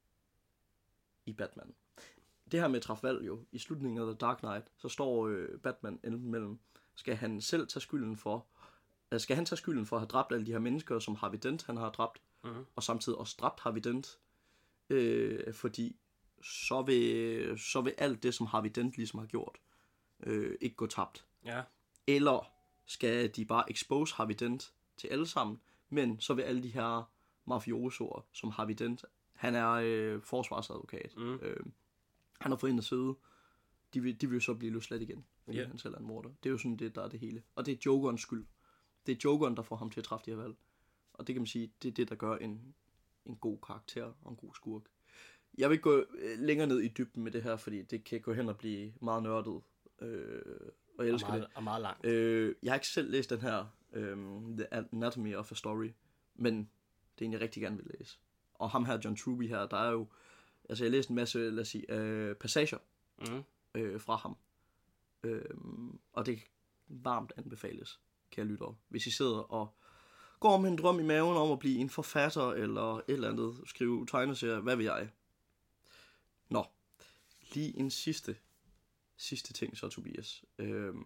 i Batman. Det her med at træffe valg jo, i slutningen af The Dark Knight, så står øh, Batman enten mellem, skal han selv tage skylden for, øh, skal han tage skylden for at have dræbt alle de her mennesker, som Harvey Dent han har dræbt, Mm-hmm. og samtidig også dræbt Harvey Dent, øh, fordi så vil, så vil alt det, som Harvey Dent ligesom har gjort, øh, ikke gå tabt. Ja. Eller skal de bare expose Harvey Dent til alle sammen, men så vil alle de her mafiosoer, som Harvey Dent, han er øh, forsvarsadvokat, Mm. øh, han har fået ind at sidde, de vil, de vil jo så blive løsladt igen, fordi Ja. han selv er en morder. Det er jo sådan det, der er det hele. Og det er Jokerens skyld. Det er Jokeren, der får ham til at træffe de her valg. Og det kan man sige, det er det, der gør en, en god karakter og en god skurk. Jeg vil ikke gå øh, længere ned i dybden med det her, fordi det kan gå hen og blive meget nørdet. Øh, og jeg Og elsker meget, det. og meget langt. Øh, jeg har ikke selv læst den her, øh, The Anatomy of a Story, men det er en, jeg rigtig gerne vil læse. Og ham her, John Truby her, der er jo, altså jeg har læst en masse, lad os sige, øh, passager Mm. øh, fra ham. Øh, og det varmt anbefales, kære lyttere. Hvis I sidder og går med en drøm i maven om at blive en forfatter, eller et eller andet, skrive tegneserier, hvad vil jeg? Nå, lige en sidste, sidste ting så, Tobias. Øh,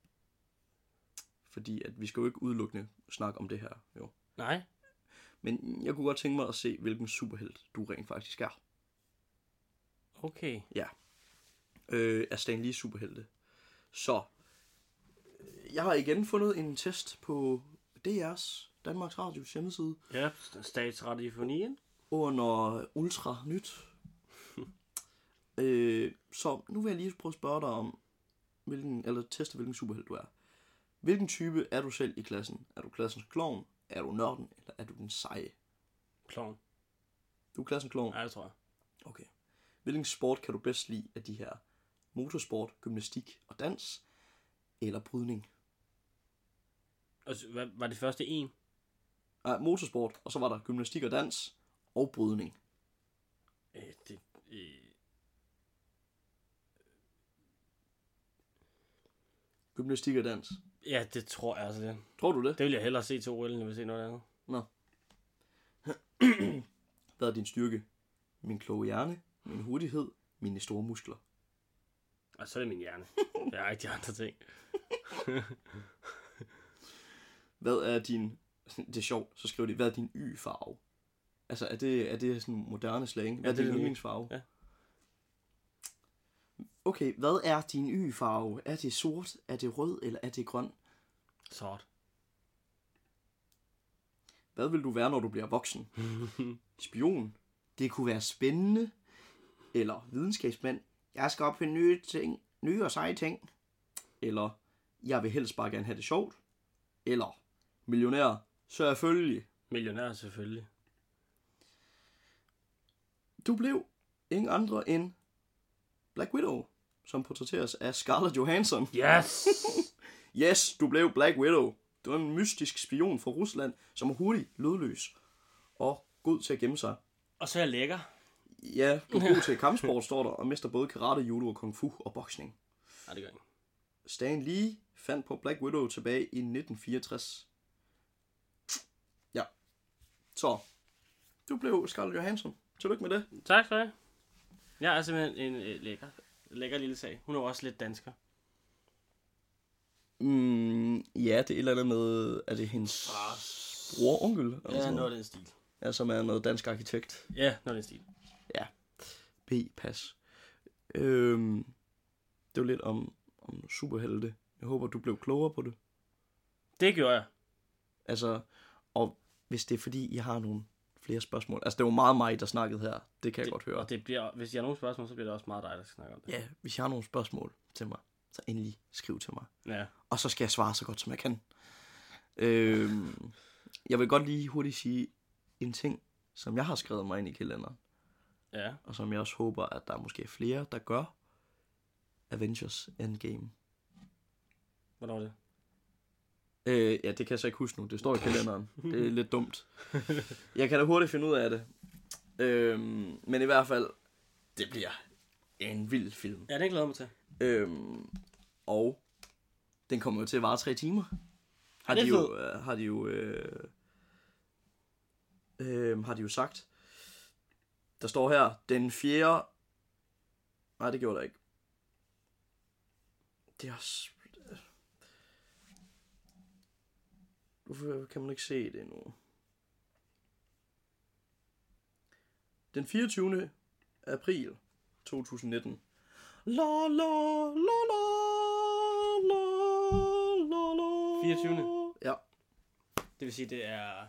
fordi at vi skal jo ikke udelukkende snakke om det her, jo. Nej. Men jeg kunne godt tænke mig at se, hvilken superhelt du rent faktisk er. Okay. øh, af Stan Lees superhelte. Så, øh, jeg har igen fundet en test på D R's, Danmarks Radios hjemmeside, Ja, statsradiofonien. under Ultra Nyt. øh, så nu vil jeg lige prøve at spørge dig om, hvilken, eller teste hvilken superhelt du er. Hvilken type er du selv i klassen? Er du klassens klovn? Er du nørden? Eller er du den seje? Klovn. Du er klassens klovn? Ja, det tror jeg. Okay. Hvilken sport kan du bedst lide af de her? Motorsport, gymnastik og dans? Eller brydning? Altså, hvad var det første en? Nej, motorsport, og så var der gymnastik og dans og brydning. Øh, det... Øh... Gymnastik og dans. Ja, det tror jeg altså det. Tror du det? Det vil jeg hellere se til O L, end jeg vil se noget andet. Nå. Hvad er din styrke? Min kloge hjerne, min hurtighed, mine store muskler. Og så er det min hjerne. Jeg har ikke de andre ting. Hvad er din... Det er sjovt, så skriver de, hvad er din Y-farve? Altså, er det, er det sådan moderne slang? Hvad Ja, er det er din det. yndlingsfarve? Ja. Okay, hvad er din Y-farve? Er det sort, er det rød, eller er det grøn? Sort. Hvad vil du være, når du bliver voksen? Spion. Det kunne være spændende. Eller videnskabsmand. Jeg skal opfinde nye ting. Nye og seje ting. Eller jeg vil helst bare gerne have det sjovt. Eller millionær. Selvfølgelig. Millionær selvfølgelig. Du blev ingen andre end Black Widow, som portrætteres af Scarlett Johansson. Yes! Yes, du blev Black Widow. Du er en mystisk spion fra Rusland, som er hurtig, lydløs og god til at gemme sig. Og så er jeg lækker. Ja, du er god til kampsport, står der, og mester både karate, judo og kung fu og boksning. Nej, det gør jeg ikke. Stan Lee fandt på Black Widow tilbage i nitten fireogtres. Ja. Så, du blev Scarlett Johansson. Tillykke med det. Tak for det. Jeg er simpelthen en øh, lækker, lækker lille sag. Hun er jo også lidt dansker. Mm, ja, det er et eller andet med, er det hendes bror, onkel? Eller Ja, sådan noget af den stil. Ja, som er noget dansk arkitekt. Ja, noget af den stil. B, pas. Øhm, det var lidt om, om superhelte. Jeg håber, du blev klogere på det. Det gjorde jeg. Altså, og hvis det er fordi, I har nogle flere spørgsmål. Altså, det var meget mig, der snakkede her. Det kan jeg Det, godt høre. Og det bliver, hvis jeg har nogle spørgsmål, så bliver det også meget dig, der skal snakke om det. Ja, hvis I har nogle spørgsmål til mig, så endelig skriv til mig. Ja. Og så skal jeg svare så godt, som jeg kan. Øhm, jeg vil godt lige hurtigt sige en ting, som jeg har skrevet mig ind i kalenderen. Ja. Og som jeg også håber, at der er måske flere, der gør. Avengers Endgame. Hvornår er det? Øh, ja, det kan jeg så ikke huske nu. Det står i kalenderen. Det er lidt dumt. Jeg kan da hurtigt finde ud af det. Øhm, men i hvert fald, det bliver en vild film. Ja, den glæder jeg mig til. Øhm, og den kommer jo til at vare tre timer. Har det er de jo, øh, har de jo, øh, øh, har de jo sagt. Der står her, den fjerde... Nej, det gjorde der ikke. Det er også... Hvorfor kan man ikke se det nu? Den fireogtyvende april to tusind nitten. La la la la la la la. fireogtyvende? Ja. Det vil sige, det er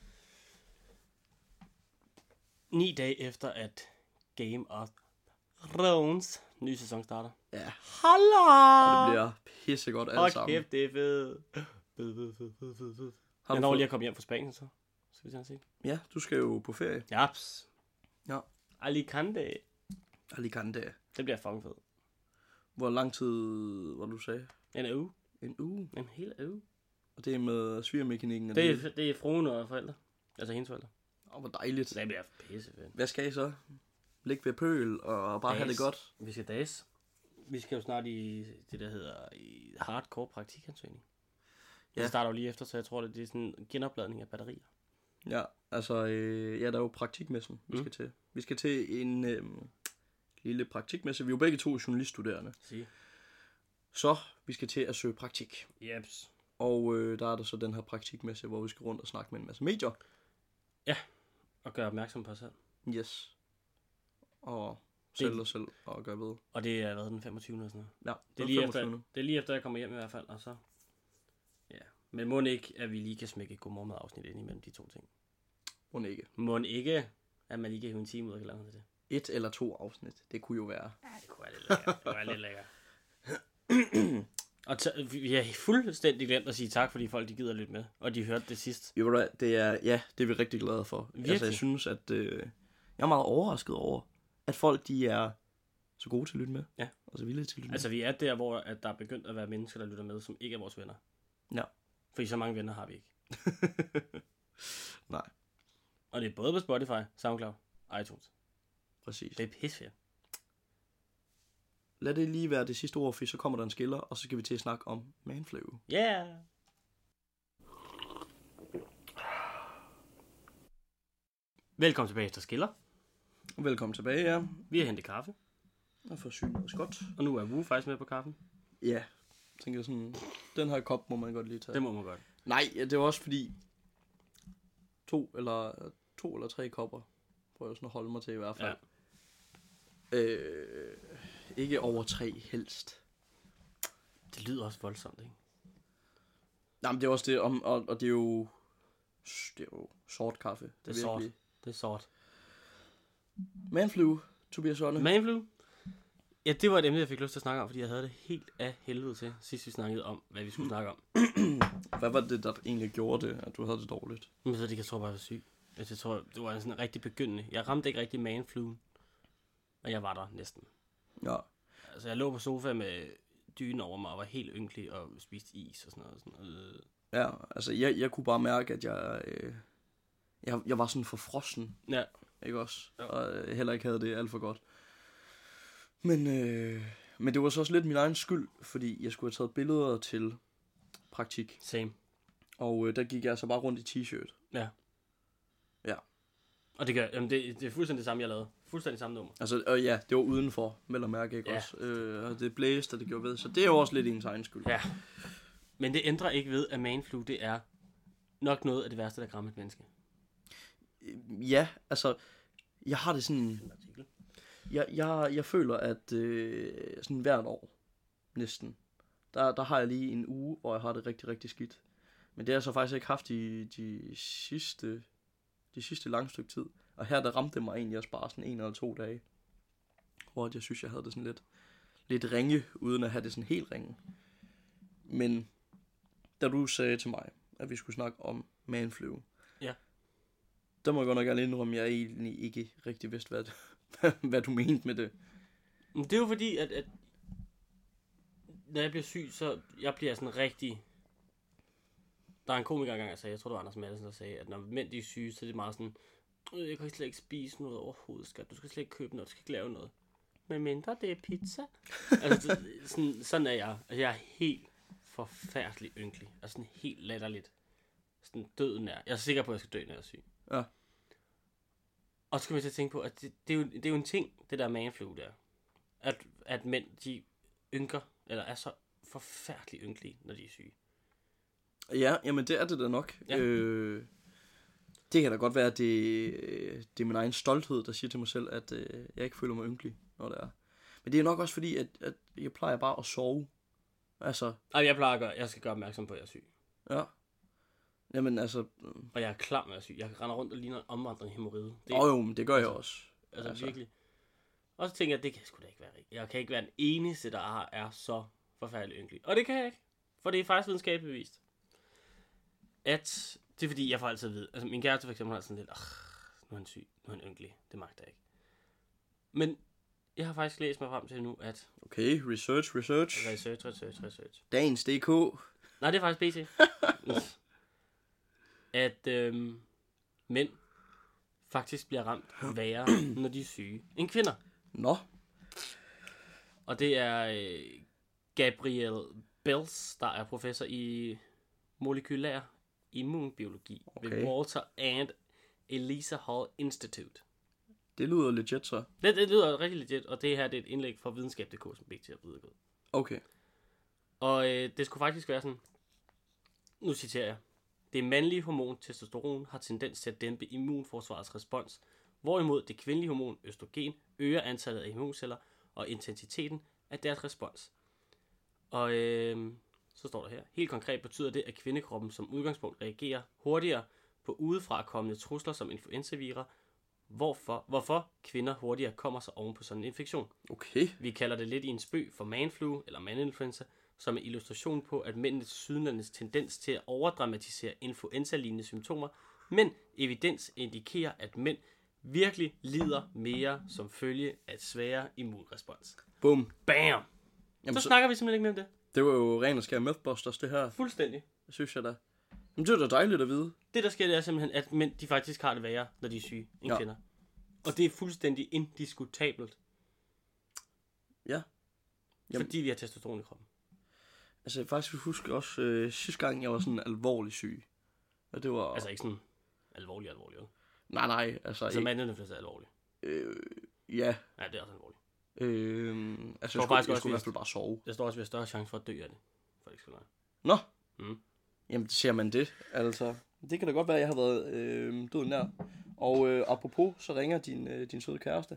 ni dage efter, at Game of Thrones nye sæson starter. Ja. Halla! Og det bliver pissegodt alle Hold sammen. kæft, det er fedt. Fed, fed, fed, fed, fed, fed. Har Jeg du når fået- lige at komme hjem fra Spanien, så. Så vi se. Ja, du skal jo på ferie. Japs. Ja. Alicante. Alicante. Det bliver fucking fedt. Hvor lang tid, hvor du sagde? En uge. En uge. En hel uge. Og det er med svigermekanikken. og Det er, det er fruen og forældre. Altså hendes forældre. Åh, hvor dejligt. Det bliver pisse fedt. Hvad skal I så? Ligge ved pøl og bare have det Das. godt? Vi skal dages. Vi skal jo snart i det, der hedder i hardcore praktikansøgning. Ja. Ja. Det starter jo lige efter, så jeg tror, det er sådan en genopladning af batterier. Ja, altså, øh, ja, der er jo praktikmessen, vi Mm. skal til. Vi skal til en øh, lille praktikmesse. Vi er jo begge to journaliststuderende. Sige. Så vi skal til at søge praktik. Jeps. Og øh, der er der så den her praktikmesse, hvor vi skal rundt og snakke med en masse medier. Og gøre opmærksom på sig selv. Yes. Og Sælge dig selv og gøre ved. Og det er været den femogtyvende eller sådan noget. Ja, Det er, lige efter, det er lige efter, jeg kommer hjem i hvert fald, og så... Ja. Men må ikke, at vi lige kan smække et godmorgen afsnit ind imellem de to ting. Må ikke. Må ikke, at man lige kan hive en time ud af kalenderen til det. Et eller to afsnit, det kunne jo være. Ja, det kunne være lidt lækkert. Det kunne være lidt lækkert. Og t- vi har fuldstændig glemt at sige tak, fordi folk de gider lytte med, og de hørte det sidst. Jo, det er, ja, det er vi rigtig glade for. Virkelig? Altså, jeg synes, at øh, jeg er meget overrasket over, at folk de er så gode til at lytte med. Ja. Og så villige til at lytte Altså, vi er der, hvor at der er begyndt at være mennesker, der lytter med, som ikke er vores venner. med. Ja. Fordi så mange venner har vi ikke. Nej, Og det er både på Spotify, SoundCloud, iTunes. præcis. Det er pissefedt. Lad det lige være det sidste ord, for så kommer der en skiller, og så skal vi til at snakke om manflu. Yeah! Velkommen tilbage efter Skiller. Velkommen tilbage, ja. Vi har hentet kaffe, Og forsynet os godt. og nu er Wu faktisk med på kaffen. Ja, jeg tænker sådan, den her kop må man godt lige tage. Det må man godt. Nej, ja, det er også fordi, to eller, to eller tre kopper, prøver jeg sådan at holde mig til i hvert fald. Ja. Øh, ikke over tre helst. Det lyder også voldsomt, ikke? Nej, men det er også det, om, og, og det er jo, det er jo sort kaffe. Det er sort. Det er sort. Manflu, Tobias Sonne. Manflu? Ja, det var et emne, jeg fik lyst til at snakke om, fordi jeg havde det helt af helvede til, sidst vi snakkede om, hvad vi skulle snakke om. Hvad var det, der egentlig gjorde det, at du havde det dårligt? Men så det, jeg tror bare, jeg var syg. Altså, jeg tror, det var sådan en rigtig begyndende. Jeg ramte ikke rigtig manfluen, og jeg var der næsten. Ja. Altså, jeg lå på sofa med dynen over mig og var helt ynkelig og spiste is og sådan noget. Sådan noget. Ja, altså jeg, jeg kunne bare mærke, at jeg, øh, jeg, jeg var sådan for frossen, Ja, ikke også? Jo. Og øh, heller ikke havde det alt for godt. Men, øh, men det var så også lidt min egen skyld, fordi jeg skulle have taget billeder til praktik. same. Og øh, der gik jeg så bare rundt i t-shirt. Ja. Ja. Og det gør, jamen det, det er fuldstændig det samme, jeg lavede. Fuldstændig samme nummer. Altså, og ja, det var udenfor, vel at mærke, ikke Ja. også? Øh, og det blæste, og det gjorde ved. Så det er jo også lidt ens egen skyld. Ja. Men det ændrer ikke ved, at manflu, det er nok noget af det værste, der kan ramme et menneske. Ja, altså, jeg har det sådan... En artikel. Jeg, jeg, jeg føler, at øh, sådan hvert år, næsten, der, der har jeg lige en uge, hvor jeg har det rigtig, rigtig skidt. Men det har jeg så faktisk ikke haft i de sidste, de sidste lange stykke tid. Og her, der ramte det mig egentlig også bare sådan en eller to dage, hvor jeg synes, jeg havde det sådan lidt, lidt ringe, uden at have det sådan helt ringe. Men da du sagde til mig, at vi skulle snakke om manflu, Ja. der må jeg godt nok gerne indrømme, at jeg egentlig ikke rigtig vidste, hvad, det, hvad du mente med det. Men det er jo fordi, at, at når jeg bliver syg, så jeg bliver sådan rigtig... Der er en komiker engang, der sagde, jeg tror det var Anders Madsen, der sagde, at når mænd de er syge, så er det meget sådan, "Øh, jeg kan slet ikke spise noget overhovedet, skat. Du skal slet ikke købe noget, du skal ikke lave noget. Men mindre det er pizza. Altså, det- sådan, sådan er jeg. Altså, jeg er helt forfærdelig ynkelig. Altså sådan helt latterligt. Sådan døden er. Jeg er sikker på, at jeg skal dø, når jeg er syg. Ja. Og så skal vi til at tænke på, at det, det, er jo, det er jo en ting, det der manflu der. At, at mænd, de ynker, eller er så forfærdeligt ynkelige, når de er syge. Ja, jamen det er det da nok. Ja. Øh, det kan da godt være, at det, det er min egen stolthed, der siger til mig selv, at øh, jeg ikke føler mig ynkelig, når det er. Men det er nok også fordi, at, at jeg plejer bare at sove. Altså, Ej, jeg plejer at gøre, jeg skal gøre opmærksom på, at jeg er syg. ja. Jamen altså, Og jeg er klar med at syg. Jeg kan rende rundt og ligne en omvandrende hemorrhide. Det åh jo, men det gør jeg altså- også. Altså, altså altså. virkelig. Og så tænker jeg, det kan sgu da ikke være rigtigt. Jeg kan ikke være den eneste, der er, er så forfærdelig ynkelig. Og det kan jeg ikke. For det er faktisk videnskabeligt bevist. At, det er fordi, jeg får altid at vide. Altså min kæreste for eksempel har sådan lidt, nu er han syg, nu er han ynkelig. Det magter jeg ikke. Men jeg har faktisk læst mig frem til nu, at Okay, research, research. research, research, research. Dagens D K. Nej, det er faktisk B T. At øhm, mænd faktisk bliver ramt værre, når de er syge, end kvinder. Nå, Og det er øh, Gabriel Bells, der er professor i molekylær immunbiologi okay. ved Okay. Walter and Eliza Hall Institute. det lyder legit så. Det, det lyder rigtig legit, og det her det er et indlæg fra videnskab punktum d k, som B T har videregået. Okay. Og øh, det skulle faktisk være sådan, nu citerer jeg, det mandlige hormon testosteron har tendens til at dæmpe immunforsvarets respons hvorimod det kvindelige hormon østrogen øger antallet af immunceller og intensiteten af deres respons. Og øh, så står der her, helt konkret betyder det, at kvindekroppen som udgangspunkt reagerer hurtigere på udefra kommende trusler som influenzavirer, hvorfor, hvorfor kvinder hurtigere kommer sig oven på sådan en infektion. Okay. Vi kalder det lidt i en spøg for manflu eller mandinfluenza, som er illustration på, at mændenes sydlandes tendens til at overdramatisere influenza-lignende symptomer, men evidens indikerer, at mænd virkelig lider mere som følge af et sværere immunrespons. Bum. Bam! Jamen, Så så, snakker vi simpelthen ikke mere om det. det var jo ren og skær Mythbusters, det her. Fuldstændig. Det synes jeg da. Men det er da dejligt at vide. Det, der sker, det er simpelthen, at mænd de faktisk har det værre, når de er syge, end Ja. kvinder. Og det er fuldstændig indiskutabelt, Ja. Jamen. fordi vi har testosteron i kroppen. Altså, jeg faktisk husker også øh, sidste gang, jeg var sådan alvorlig syg. Og det var... Altså ikke sådan alvorlig, alvorlig. Jo. Nej, nej, altså... Altså ikke, mandinfluenza er alvorlig. øh, ja. Ja, det er også alvorligt. Øh, altså, jeg tror skulle, faktisk jeg også, skulle i vi- hvert fald bare sove. Der står også, at vi har større chance for at dø af det. For det ikke skal være. Nå. Mm. Jamen, ser man det, altså. Det kan da godt være, at jeg har været øh, døden nær. Og øh, apropos, så ringer din, øh, din søde kæreste.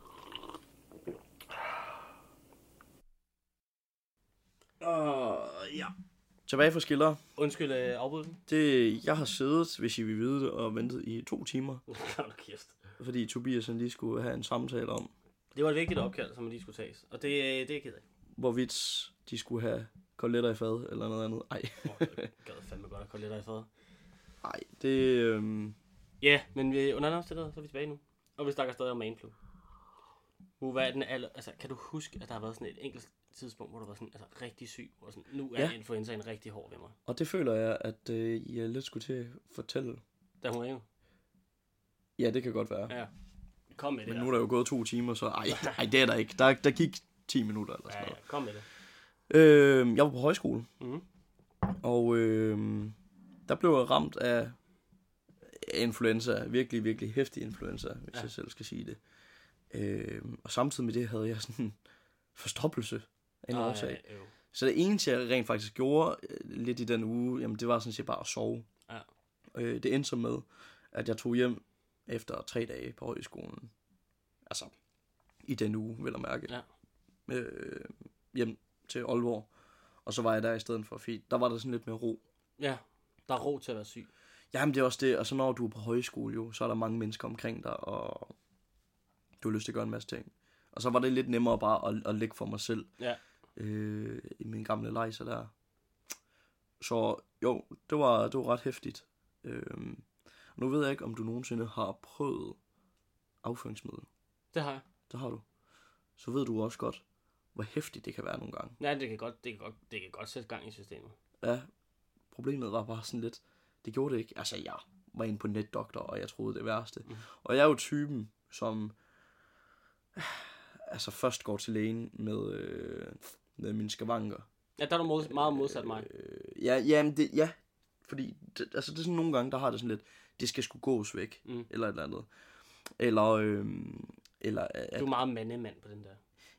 Uh, ja. Tilbage fra skiller. Undskyld øh, afbrydelsen. Det, jeg har siddet, hvis I vil vide det, og ventet i to timer. Hold da kæft. Fordi Tobias han lige skulle have en samtale om, Det var et vigtigt opkald, som lige skulle tages. Og det, øh, det er jeg ked af. hvorvidt de skulle have koletter i fad, eller noget andet. Ej, Oh, jeg gad fandme godt at komme lidt af i fad. ej, det... Øhm, Ja, men vi, under andre omstændigheder, så er vi tilbage nu. Og vi snakker stadig om manflu. Uh, hvad er den aller, altså, kan du huske, at der har været sådan et enkelt tidspunkt, hvor du var sådan altså, rigtig syg, hvor sådan, nu er Ja. ja. influenzaen rigtig hård ved mig. og det føler jeg, at øh, I er lidt skulle til at fortælle. Da hun ringede. Ja, det kan godt være. Ja. Kom med det. Men nu er der jo gået to timer, så ej, ej det er der ikke. Der, der gik ti minutter eller sådan Ja, ja, noget. kom med det. Øh, jeg var på højskole, Mhm. og øh, der blev jeg ramt af influenza. Virkelig, virkelig hæftig influenza, hvis Ja. jeg selv skal sige det. Øh, og samtidig med det havde jeg sådan en forstoppelse af en Ej, årsag. øv. Så det eneste, jeg rent faktisk gjorde øh, lidt i den uge, jamen det var sådan set bare at sove. Ja. Øh, det endte så med, at jeg tog hjem efter tre dage på højskolen. Altså, i den uge, vil jeg mærke. Ja. Øh, hjem til Aalborg. Og så var jeg der i stedet for, fordi der var der sådan lidt mere ro. Ja, der er ro til at være syg. Jamen det er også det, og så når du er på højskole jo, så er der mange mennesker omkring dig, og du har lyst til at gøre en masse ting. Og så var det lidt nemmere bare at, at ligge for mig selv. Ja. Øh, i min gamle lejser der. Så jo, det var, det var ret hæftigt. Øh, nu ved jeg ikke, om du nogensinde har prøvet afføringsmiddel. Det har jeg. Det har du. Så ved du også godt, hvor hæftigt det kan være nogle gange. Ja, det kan godt, det kan godt, det kan godt sætte gang i systemet. Ja, problemet var bare sådan lidt, det gjorde det ikke. Altså, jeg var inde på netdoktor, og jeg troede det værste. Mm. Og jeg er jo typen, som altså først går til lægen med, øh, med mine skavanker. Ja, der er du mod, meget modsat mig. Øh, ja, jamen det, ja, fordi det, altså det er sådan nogle gange, der har det sådan lidt, det skal sgu gås væk, Mm. eller et eller andet. Eller, øh, eller at, Du er meget mandemand på den der.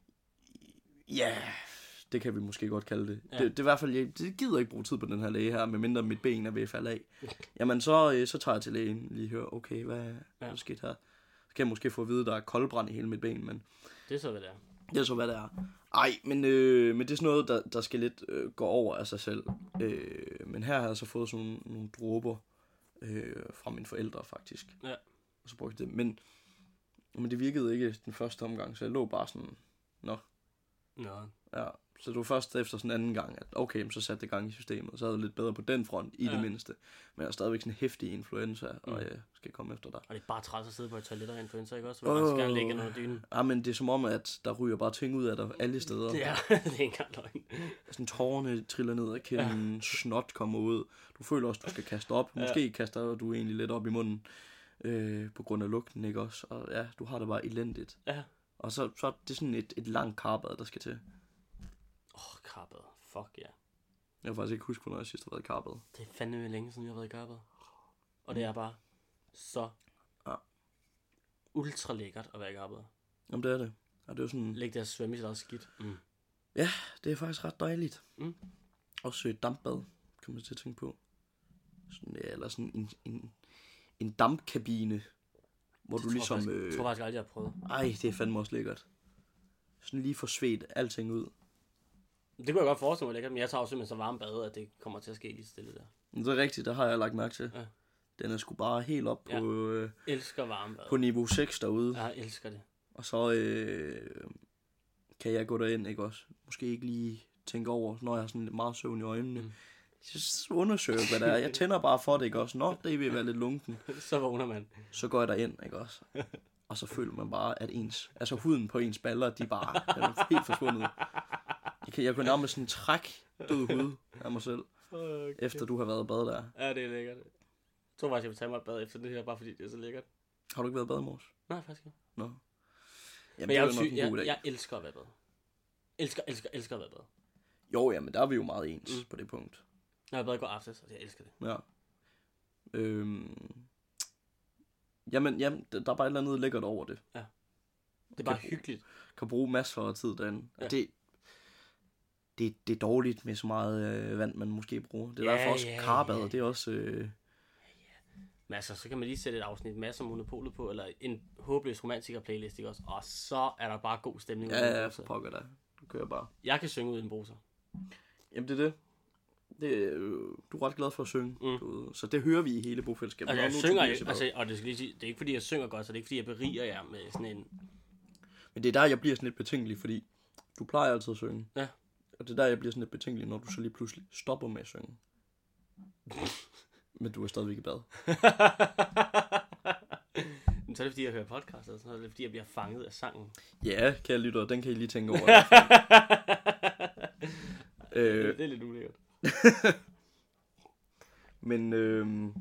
ja, det kan vi måske godt kalde det. Ja. Ja. Det, det er i hvert fald, jeg det gider ikke bruge tid på den her læge her, medmindre mit ben er ved at falde af. Jamen så, øh, så tager jeg til lægen, lige hører, okay, hvad, hvad er der sket her? Så kan jeg måske få at vide, at der er koldbrand i hele mit ben, men Det er så, hvad det er. det er så, hvad det er. Ej, men, øh, men det er sådan noget, der, der skal lidt øh, gå over af sig selv. Øh, men her har jeg så fået sådan nogle, nogle dråber øh, fra mine forældre, faktisk. Ja. Og så brugte jeg det. Men, men det virkede ikke den første omgang, så jeg lå bare sådan, nå, Nå. ja. Så det var først efter sådan en anden gang, at okay, så satte det gang i systemet. Så havde jeg lidt bedre på den front, i Ja. det mindste. Men jeg er stadigvæk sådan en hæftig influenza, og Mm. jeg skal komme efter dig. Og det er bare træt at sidde på et toilet og influenza, ikke også? Så man skal gerne ligge under dynen. Ja, men det er som om, at der ryger bare ting ud af dig alle steder. Det er, det er ikke engang løgn. Sådan tårerne triller ned af kinden, ja. Snot kommer ud. Du føler også, du skal kaste op. Måske ja. kaster du egentlig lidt op i munden, øh, på grund af lugten, ikke også? Og ja, du har det bare elendigt. Ja. Og så, så er det sådan et, et langt karbad, der skal til. Åh, oh, Karpet. Fuck ja. Yeah. Jeg kan faktisk ikke huske, hvornår jeg sidst har været i karbad. Det er fandme længe siden, jeg har været i Karpet. Og det er bare så Ja. ultra lækkert at være i Karpet. Jamen det er det. Og det er jo sådan, Læg der svømme i sit eget skidt. Mm. det er faktisk ret dejligt. Mm. Også et dampbad, kan man til at tænke på. Sådan, ja, eller sådan en, en, en dampkabine, hvor du Jeg ligesom... tror, faktisk, Øh, jeg tror faktisk aldrig, jeg har prøvet. ej, det er fandme også lækkert. Sådan lige få svedt alting ud. Det kunne jeg godt forestille mig lækkert, men jeg tager jo simpelthen så varme bad, at det kommer til at ske lige så stille der. Men det er rigtigt, det har jeg lagt mærke til. Ja. Den er sgu bare helt op på, Ja. øh, Elsker varme bad. på niveau seks derude. Jeg elsker det. Og så øh, kan jeg gå derind, ikke også? Måske ikke lige tænke over, når jeg har sådan lidt meget søvn i øjnene. Mm. Så undersøger hvad det er. Jeg tænder bare for det, ikke også? Nå, det vil være lidt lunken. Så vågner man. Så går jeg derind, ikke også? Og så føler man bare, at ens, altså huden på ens baller, de bare den er helt forsvundet. Jeg kan, jeg kunne nærmest sådan trække død hud af mig selv, Okay. efter du har været i bad der. Ja, det er lækkert. Jeg tror faktisk, jeg vil tage mig et bad efter det her, bare fordi det er så lækkert. Har du ikke været i bad i morges? Nej, faktisk ikke. Nå. Jamen, Men det jeg, er er jo jo nok syg, en god jeg, idé. jeg elsker at være i bad. Elsker, elsker, elsker at være i bad. Jo, jamen, der er vi jo meget ens Mm. mm. på det punkt. Jeg har været i går aftes, og jeg elsker det. Ja. Øhm. Jamen, jamen, der der er bare et eller andet lækkert over det. Det er bare Kan- hyggeligt. Kan bruge masser af tid derinde. Ja. Ja. Det, det, det er dårligt med så meget øh, vand, man måske bruger. Det er Ja, derfor også ja, karbad. ja. Det er også... Øh, Men altså, så kan man lige sætte et afsnit masser af Monopolet på, eller en håbløs romantiker-playlist, ikke også? Og så er der bare god stemning. uden ja, ja, bruser. for pokker dig. Du kører bare. Jeg kan synge uden bruser. Jamen, det er det. det øh, du er ret glad for at synge. Mm. Du, så det hører vi i hele bofællesskabet. Altså, Nå, jeg nu er synger, Tobias i bad. altså, og det skal lige sige, det er ikke fordi, jeg synger godt, så det er ikke fordi, jeg beriger jer med sådan en... Men det er der, jeg bliver sådan lidt betænkelig, fordi du plejer altid at synge. Ja. Og det er der, jeg bliver sådan lidt betænkelig, når du så lige pludselig stopper med at synge. Men du er stadigvæk i bad. Men så er det fordi, jeg hører podcast, eller så er det fordi, jeg bliver fanget af sangen. Ja, kære lytter, den kan I lige tænke over. øh, Det er lidt ulækkert. men øh,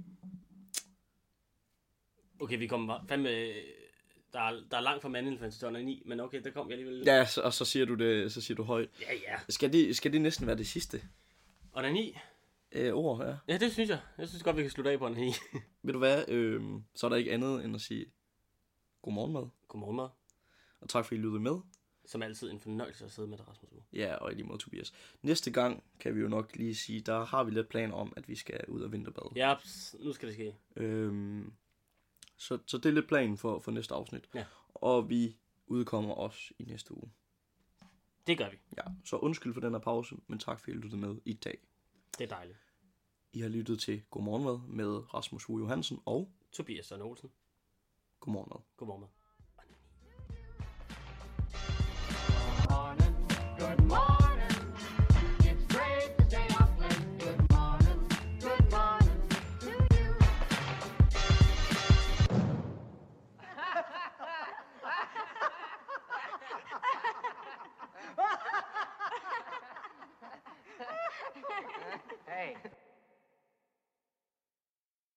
Okay, vi kommer fandme... Der er, der er langt fra mandinfluencer til onani, men okay, der kom jeg alligevel. ja, så, og så siger du det, så siger du højt. Ja, ja. Skal det, skal det næsten være det sidste Onani? øh, ord her? Ja, det synes jeg. Jeg synes godt, vi kan slutte af på onani. Ved du hvad, øh, så er der ikke andet end at sige godmorgen mad. Godmorgen, mad. Og tak fordi I lyttede med. Som altid en fornøjelse at sidde med dig, Rasmus. Ja, og i lige måde Tobias. Næste gang kan vi jo nok lige sige, der har vi lidt planer om, at vi skal ud og vinterbade. Ja, pss, nu skal det ske. Øhm, så, så det er lidt planen for, for næste afsnit. Ja. Og vi udkommer også i næste uge. Det gør vi. Ja, så undskyld for den her pause, men tak fordi I lyttede med i dag. Det er dejligt. I har lyttet til Godmorgenmad med Rasmus Hue Johansen og Tobias Søren Olsen. Godmorgenmad. Godmorgen, mad. Morning, good morning. It's great to stay up late. Good morning, good morning to you. Hey.